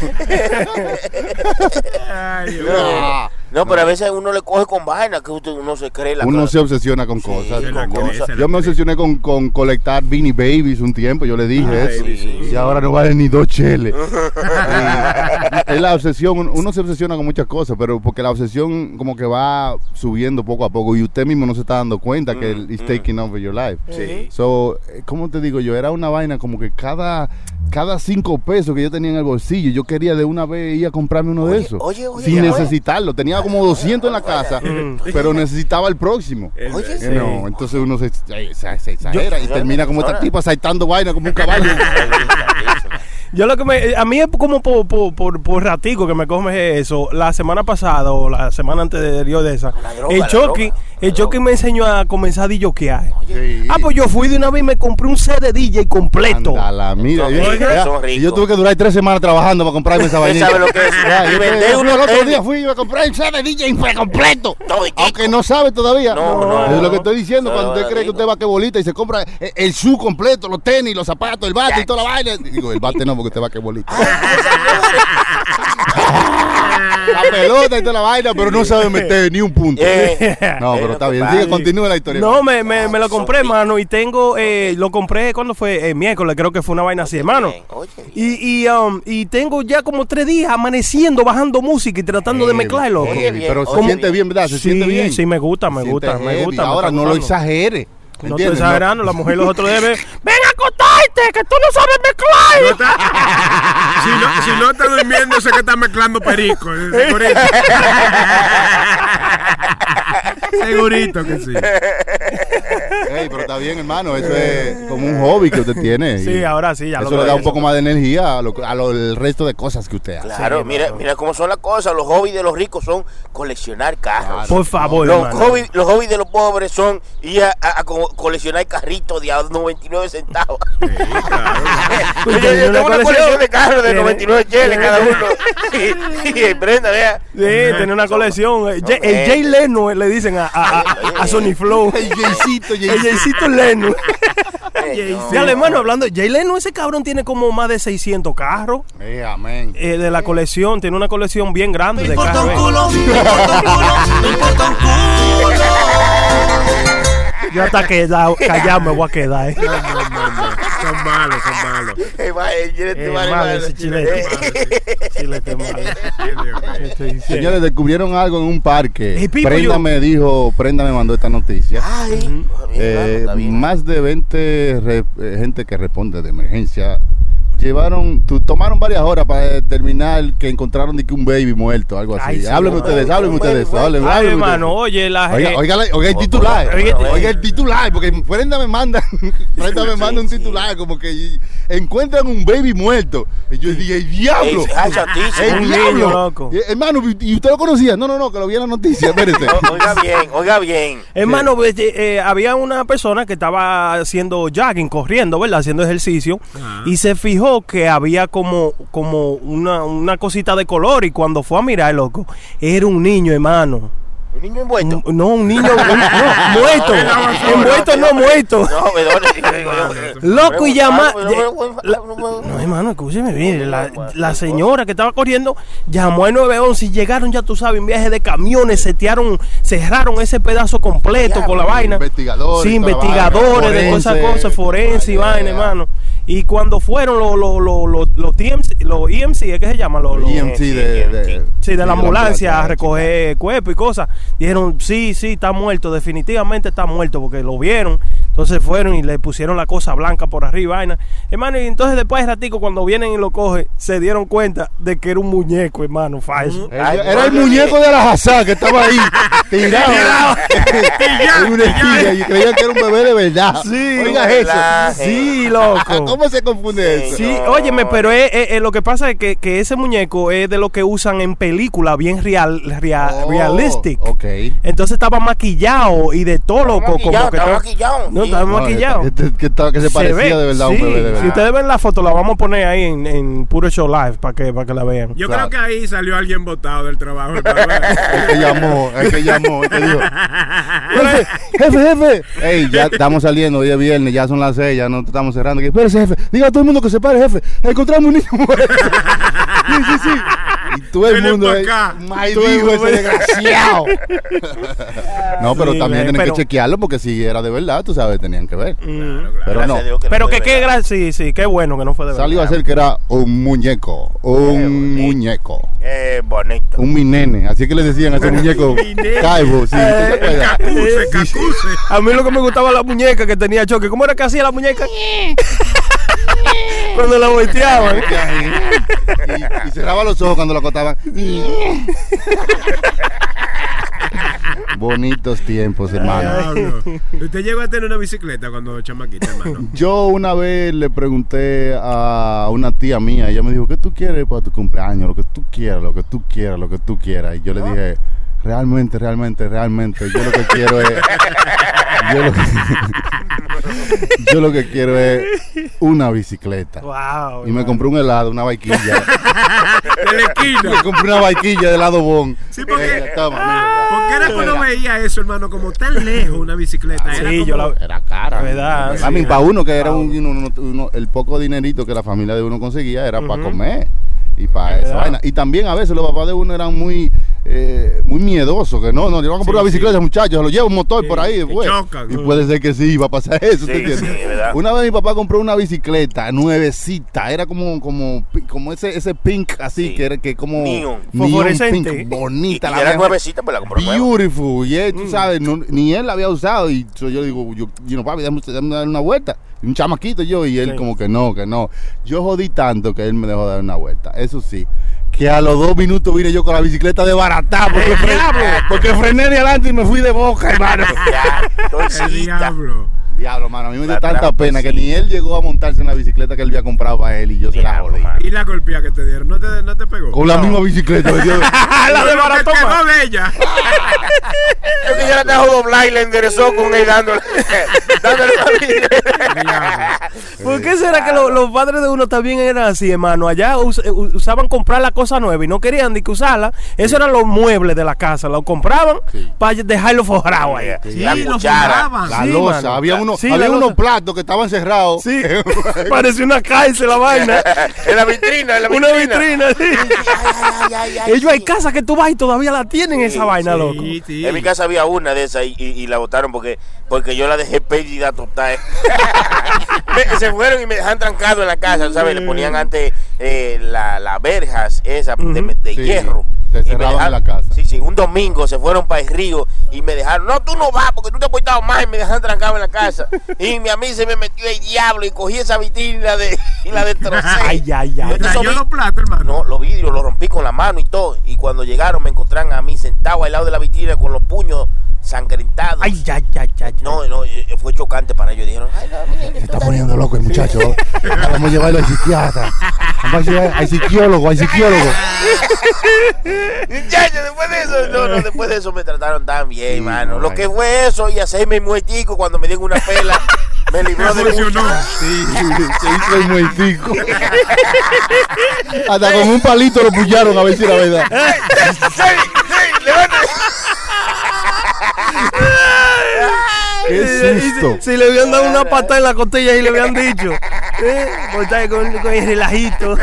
Ay, no, pero a veces uno le coge con vaina que uno se cree la uno cosa. Se obsesiona con cosas. Yo me obsesioné con colectar Beanie Babies un tiempo, yo le dije eso. Y ahora no valen ni 2 cheles. Es la obsesión, uno se obsesiona con muchas cosas, pero porque la obsesión como que va subiendo poco a poco y usted mismo no se está dando cuenta que it's taking over your life. So, ¿cómo te digo yo? Era una vaina como que cada 5 pesos que yo tenía en el bolsillo, yo quería de una vez ir a comprarme uno de esos. Sin necesitarlo. Tenía como 200 en la casa, pero necesitaba el próximo. No, entonces uno se exagera y termina como esta tipa saltando vaina como un caballo. Yo lo que a mí es como por ratico que me coge eso. La semana pasada o la semana anterior de esa, el Chucky me enseñó a comenzar a DJear. Pues yo fui de una vez y me compré un set de DJ completo. Andala, mira, y yo tuve que durar 3 semanas trabajando para comprarme esa vainita. ¿Sabe lo que es? El otro día fui y me compré un set de DJ completo. Aunque no sabe todavía. No, es lo que estoy diciendo. Cuando usted cree que usted va a que bolita y se compra el shoe completo, los tenis, los zapatos, el bate y toda la vaina. Digo, el bate no, porque usted va a que bolita. La pelota y toda la vaina, pero no sabe meter ni un punto. No, pero está bien. Sigue, continúa la historia. No, me lo compré, mano, y tengo, lo compré, ¿cuándo fue? Miércoles, creo que fue una vaina así, hermano. Y tengo ya como 3 días amaneciendo, bajando música y tratando de mezclarlo. Pero se siente bien, ¿verdad? Se siente bien. Sí, me gusta. Ahora no lo exagere. No estoy exagerando, la mujer los otros días ven a acostarte, que tú no sabes mezclar. Si no está durmiendo, sé que está mezclando perico. Segurito que sí. Pero está bien, hermano. Eso es como un hobby que usted tiene. Sí, ahora sí. Ya eso le da un poco más de energía al resto de cosas que usted hace. Claro, sí, mira cómo son las cosas. Los hobbies de los ricos son coleccionar carros. Por favor, los hobbies de los pobres son ir a coleccionar carritos de a 99 centavos. Sí, claro. Yo tengo una colección de carros de 99 cheles cada uno. Y Brenda, vea. Sí, tiene una colección. El Jay Leno le dicen a Sony Flow. El Jaycito Leno. Dale, hermano, hablando, Jay Leno, ese cabrón tiene como más de 600 carros. Amén. De la colección, tiene una colección bien grande de carros. Me importa un culo. Yo hasta callado me voy a quedar. No. Son malos. Señores, descubrieron algo en un parque. Prenda me mandó esta noticia. Más de 20 gente que responde de emergencia tomaron varias horas para determinar que encontraron de que un baby muerto, algo así. Sí, háblenme ustedes de eso. Ay, hermano, oye, oiga el titular. Oiga el titular, porque Prenda me manda un titular como que encuentran un baby muerto. Y yo dije, ¡el diablo! ¡El diablo! Loco. Hermano, ¿y usted lo conocía? No, que lo vi en la noticia, espérese. Oiga bien. Hermano, había una persona que estaba haciendo jogging, corriendo, ¿verdad? Haciendo ejercicio. Y se fijó que había como una cosita de color. Y cuando fue a mirar, loco, era un niño, hermano. ¿Un niño envuelto? No, un niño muerto. Envuelto, no muerto. Loco, y llamar. No, hermano, escúcheme bien. La señora que estaba corriendo llamó al 911 y llegaron, ya tú sabes, un viaje de camiones, cerraron ese pedazo completo con la vaina. Investigadores de todas esas cosas, forense y vaina, hermano. Y cuando fueron los TMC, los EMC, ¿qué se llama? Los EMC de la ambulancia a recoger cuerpo y cosas. Dijeron, sí, está muerto, definitivamente está muerto, porque lo vieron. Entonces fueron y le pusieron la cosa blanca por arriba, vaina. Hermano, y entonces después de ratico, cuando vienen y lo cogen, se dieron cuenta de que era un muñeco, hermano, falso. Era el muñeco de la Hazá que estaba ahí, tirado en una esquina, y creían que era un bebé de verdad. Sí, oiga eso. Sí, loco. ¿Cómo se confunde eso? Sí, óyeme, pero lo que pasa es que ese muñeco es de lo que usan en películas bien realistic. Okay. Entonces estaba maquillado y de todo, loco. Como que estaba maquillado. No, estaba maquillado. Que se parecía de verdad a un bebé de verdad. Si ustedes ven la foto, la vamos a poner ahí en Puro Show Live para que la vean. Yo creo que ahí salió alguien botado del trabajo. El que llamó, el que dijo, jefe. Ey, ya estamos saliendo, hoy es viernes, ya son las 6, ya no estamos cerrando. Espérese, jefe, diga a todo el mundo que se pare, jefe. Encontramos un niño muerto. Sí. Y todo el mundo dijo ese desgraciado. No, pero también tienen que chequearlo, porque si era de verdad, tú sabes, tenían que ver. Claro. Pero no. Pero que qué gracia, sí, qué bueno que no fue de verdad. Salió a ser que era un muñeco. Muñeco. Bonito. Un minene. Así que le decían a ese muñeco calvo. Sí, Cacuse. A mí lo que me gustaba la muñeca que tenía choque. ¿Cómo era que hacía la muñeca? Cuando la volteaban. Y cerraba los ojos cuando la acotaban. Bonitos tiempos, hermano. ¿Usted llegó a tener una bicicleta cuando chamaquita, hermano? Yo una vez le pregunté a una tía mía, ella me dijo, ¿qué tú quieres para tu cumpleaños? Lo que tú quieras. Y yo le dije, realmente, yo lo que quiero es... Yo lo que quiero es una bicicleta. Wow, y me compré un helado, una vaquilla. De la esquina. Me compré una vaquilla de helado Bon. Sí, porque era que uno veía eso, hermano, como tan lejos una bicicleta. Sí, era cara. ¿Verdad? A mí, para uno que era el poco dinerito que la familia de uno conseguía era para comer. Y para esa vaina. Y también a veces los papás de uno eran muy miedosos, que no, yo voy a comprar una bicicleta, muchachos, se lo lleva un motor por ahí después. Y puede ser que sí, va a pasar eso, ¿te entiendes? Una vez mi papá compró una bicicleta nuevecita, era como ese pink así, que era que como neon pink, bonita. Y era nuevecita, pues la compró beautiful, y él, tú sabes, y él la había usado, y yo digo, papi, dame dar una vuelta. Un chamaquito yo, y él como que no. Yo jodí tanto que él me dejó dar una vuelta. Eso sí, que a los 2 minutos vine yo con la bicicleta de barata, porque frené de adelante y me fui de boca, hermano. Diablo, mano, a mí me dio tanta pena que ni él llegó a montarse en la bicicleta que él había comprado para él y yo se la jodí. ¿Y la golpea que te dieron? ¿No te pegó? Con la misma bicicleta. La de maratón. Quedó de ella. Yo que ya la dejó doblar y le enderezó con él dándole la bicicleta. ¿Por qué será que los padres de uno también eran así, hermano? Allá usaban comprar la cosa nueva y no querían ni que usarla. Eso eran los muebles de la casa. Lo compraban para dejarlo forrado ahí. Sí, lo forraban. La losa. Había unos platos que estaban cerrados. Sí, parecía una cárcel la vaina. En la vitrina. Una vitrina, sí. Ellos hay casas que tú vas y todavía la tienen esa vaina, loco. Sí. En mi casa había una de esas y la botaron porque yo la dejé perdida total. Se fueron y me dejaron trancado en la casa, ¿sabes? Le ponían antes las verjas esas de hierro. Te cerraban en la casa. Sí, un domingo se fueron para el río y me dejaron, no, tú no vas porque tú te has portado mal, y me dejaron trancado en la casa. Y a mí se me metió el diablo y cogí esa vitrina y la destrocé. Ay. ¿Dañó los platos, hermano? No, los vidrios los rompí con la mano y todo. Y cuando llegaron me encontraron a mí sentado al lado de la vitrina con los puños sangrentados. Ay. No, fue chocante para ellos. Dijeron, ay, no, Se está poniendo loco el muchacho. Vamos a llevarlo al psiquiatra. Vamos a llevar al psicólogo. Muchachos, después de eso me trataron tan bien, mano. Lo que fue eso y hacerme muertico cuando me dieron una pela, me libró de mucho. Sí, se hizo el muertico. Hasta con un palito lo pullaron a ver si era verdad. Sí, levante. Qué susto. Si le habían dado una patada en la costilla y le habían dicho, con el relajito.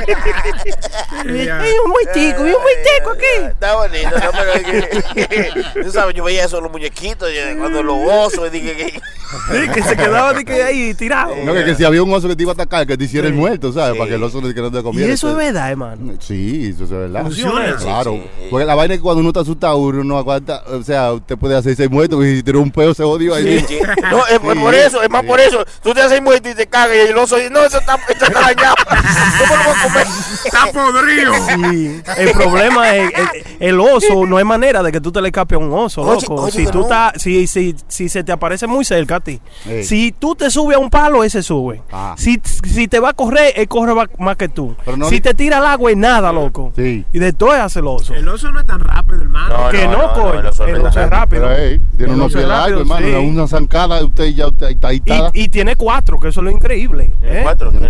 Hay un muertico aquí. Está bonito, ¿no? Pero es que, tú sabes, yo veía eso en los muñequitos, cuando los osos, dije que se quedaba ahí tirado. No, que si había un oso que te iba a atacar, que te hiciera el muerto, ¿sabes? Para que el oso que no te comiera. Y eso es verdad, hermano. Sí, eso es verdad. Funciona. Claro. Sí. Porque la vaina es que cuando uno está asustado, uno no aguanta. O sea, usted puede hacerse muerto, porque si tiene un peo se odió ahí. Sí. No, es por eso, es más por eso. Tú te haces muerto y te cagas y el oso dice, no, esto está dañado. ¿Cómo lo voy a comer? Está podrido. Sí. El problema es el oso, no hay manera de que tú te le escapes a un oso, loco. Si tú estás, si se te aparece muy cerca a ti, si tú te subes a un palo, ese sube. Si te va a correr, él corre más que tú. No, si te tira al agua, es nada, loco. Sí. Y de todo hace el oso. El oso no es tan rápido, hermano. Coño. El oso es rápido. Pero, tiene unos pies largos, hermano. Sí. Una zancada, usted ya está ahí. Y tiene 4, que eso es lo increíble. Tiene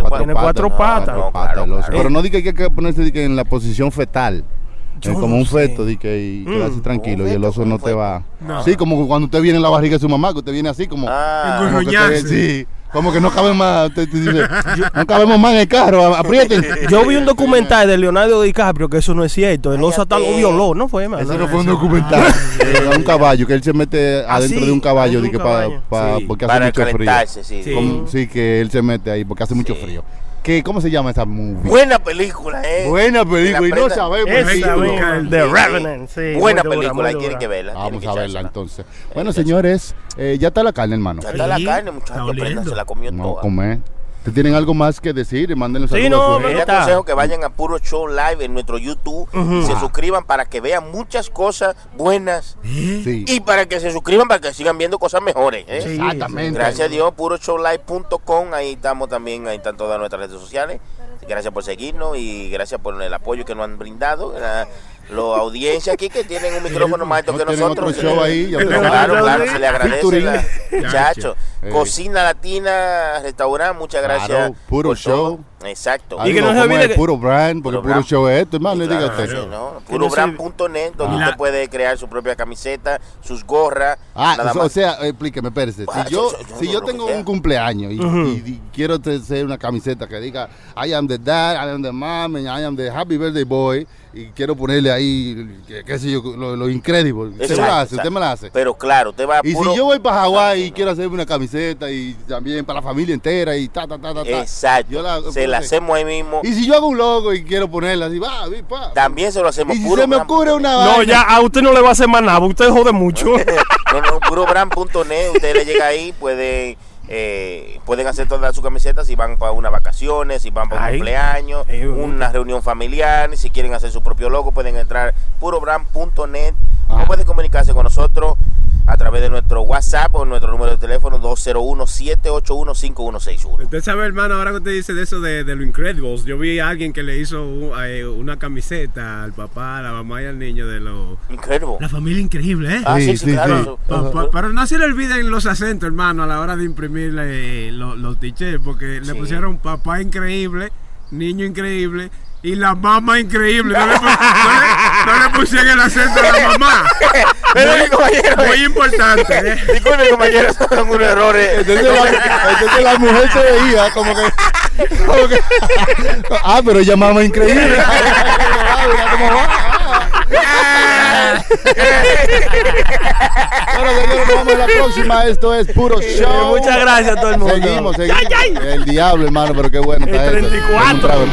4 patas. Claro. Pero no diga que hay que ponerse en la posición fetal. Como un feto, y quedarse tranquilo. Y el oso no te va. No. Sí, como cuando usted viene en la barriga de su mamá, que usted viene así como. Sí. Como que no cabe más, te dice, no cabemos más en el carro, aprieten. Yo vi un documental de Leonardo DiCaprio que eso no es cierto. El oso hasta lo violó, ¿no fue, hermano? Ese no fue un documental. Era un caballo, que él se mete adentro de un caballo, porque hace mucho frío. Sí, que él se mete ahí porque hace mucho frío. ¿Cómo se llama esa movie? Buena película, Buena película, y no sabemos. The Revenant, sí. Buena película, tienen que verla. Vamos a verla entonces. Bueno, señores, ya está la carne, hermano. Ya está la carne, muchachos. Se la comió toda. Comer. ¿Ustedes tienen algo más que decir? Mándenle saludos. Sí, no, yo aconsejo que vayan a Puro Show Live en nuestro YouTube y se suscriban para que vean muchas cosas buenas y para que se suscriban para que sigan viendo cosas mejores. Exactamente. Gracias a Dios, puroshowlive.com, ahí estamos también, ahí están todas nuestras redes sociales. Gracias por seguirnos y gracias por el apoyo que nos han brindado. La audiencia aquí que tienen un micrófono más alto que nosotros. Otro show ahí, claro, se le agradece, muchachos. Cocina Latina, restaurante, muchas gracias. Claro, Puro Show. Exacto. Y que no se olvide que Puro Brand, porque Puro Show es esto, hermano. Claro, usted. Purobrand.net, donde usted puede crear su propia camiseta, sus gorras. O sea, explíqueme, espérese. Si yo tengo un cumpleaños y quiero hacer una camiseta que diga I am the dad, I am the mom, and I am the happy birthday boy, y quiero ponerle ahí, qué sé yo, lo incredible. Usted me la hace. Pero claro, usted va a Y si yo voy para Hawái y quiero hacerme una camiseta y también para la familia entera y Exacto. Se la hacemos ahí mismo. Y si yo hago un logo y quiero ponerla así, también se lo hacemos. Y si se me ocurre una vaina. No, ya a usted no le va a hacer más nada, usted jode mucho. No, purobrand.net, usted le llega ahí, pueden hacer todas sus camisetas si van para unas vacaciones, si van para un cumpleaños, una reunión familiar, si quieren hacer su propio logo, pueden entrar purobrand.net o pueden comunicarse con nosotros a través de nuestro WhatsApp o nuestro número de teléfono 201-781-5161. Usted sabe, hermano, ahora que usted dice de eso de lo Incredibles, yo vi a alguien que le hizo una camiseta al papá, a la mamá y al niño de lo Incredible. La familia increíble, ¿eh? Sí, claro. Pero no se le olviden los acentos, hermano, a la hora de imprimir los t-shirts, porque le pusieron papá increíble, niño increíble y la mamá increíble. No le pusieron el acento a la mamá. Muy importante. Disculpe, compañero, son unos errores. Entonces la mujer se veía como que pero ella mamá increíble. ¿Cómo va? Bueno, señores, vamos en la próxima. Esto es Puro Show. Muchas gracias a todo el mundo. Seguimos. El diablo, hermano, pero qué bueno está 34. 34.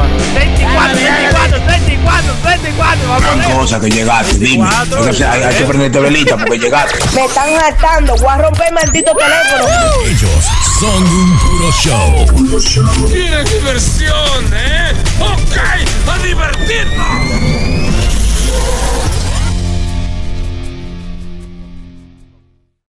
Gran cosa que llegaste, dime. O sea, hay que prenderte velita porque llegaste. Me están hartando, voy a romper el maldito teléfono. Ellos son un puro show. ¡Qué diversión, eh! ¡Ok! ¡A divertirnos!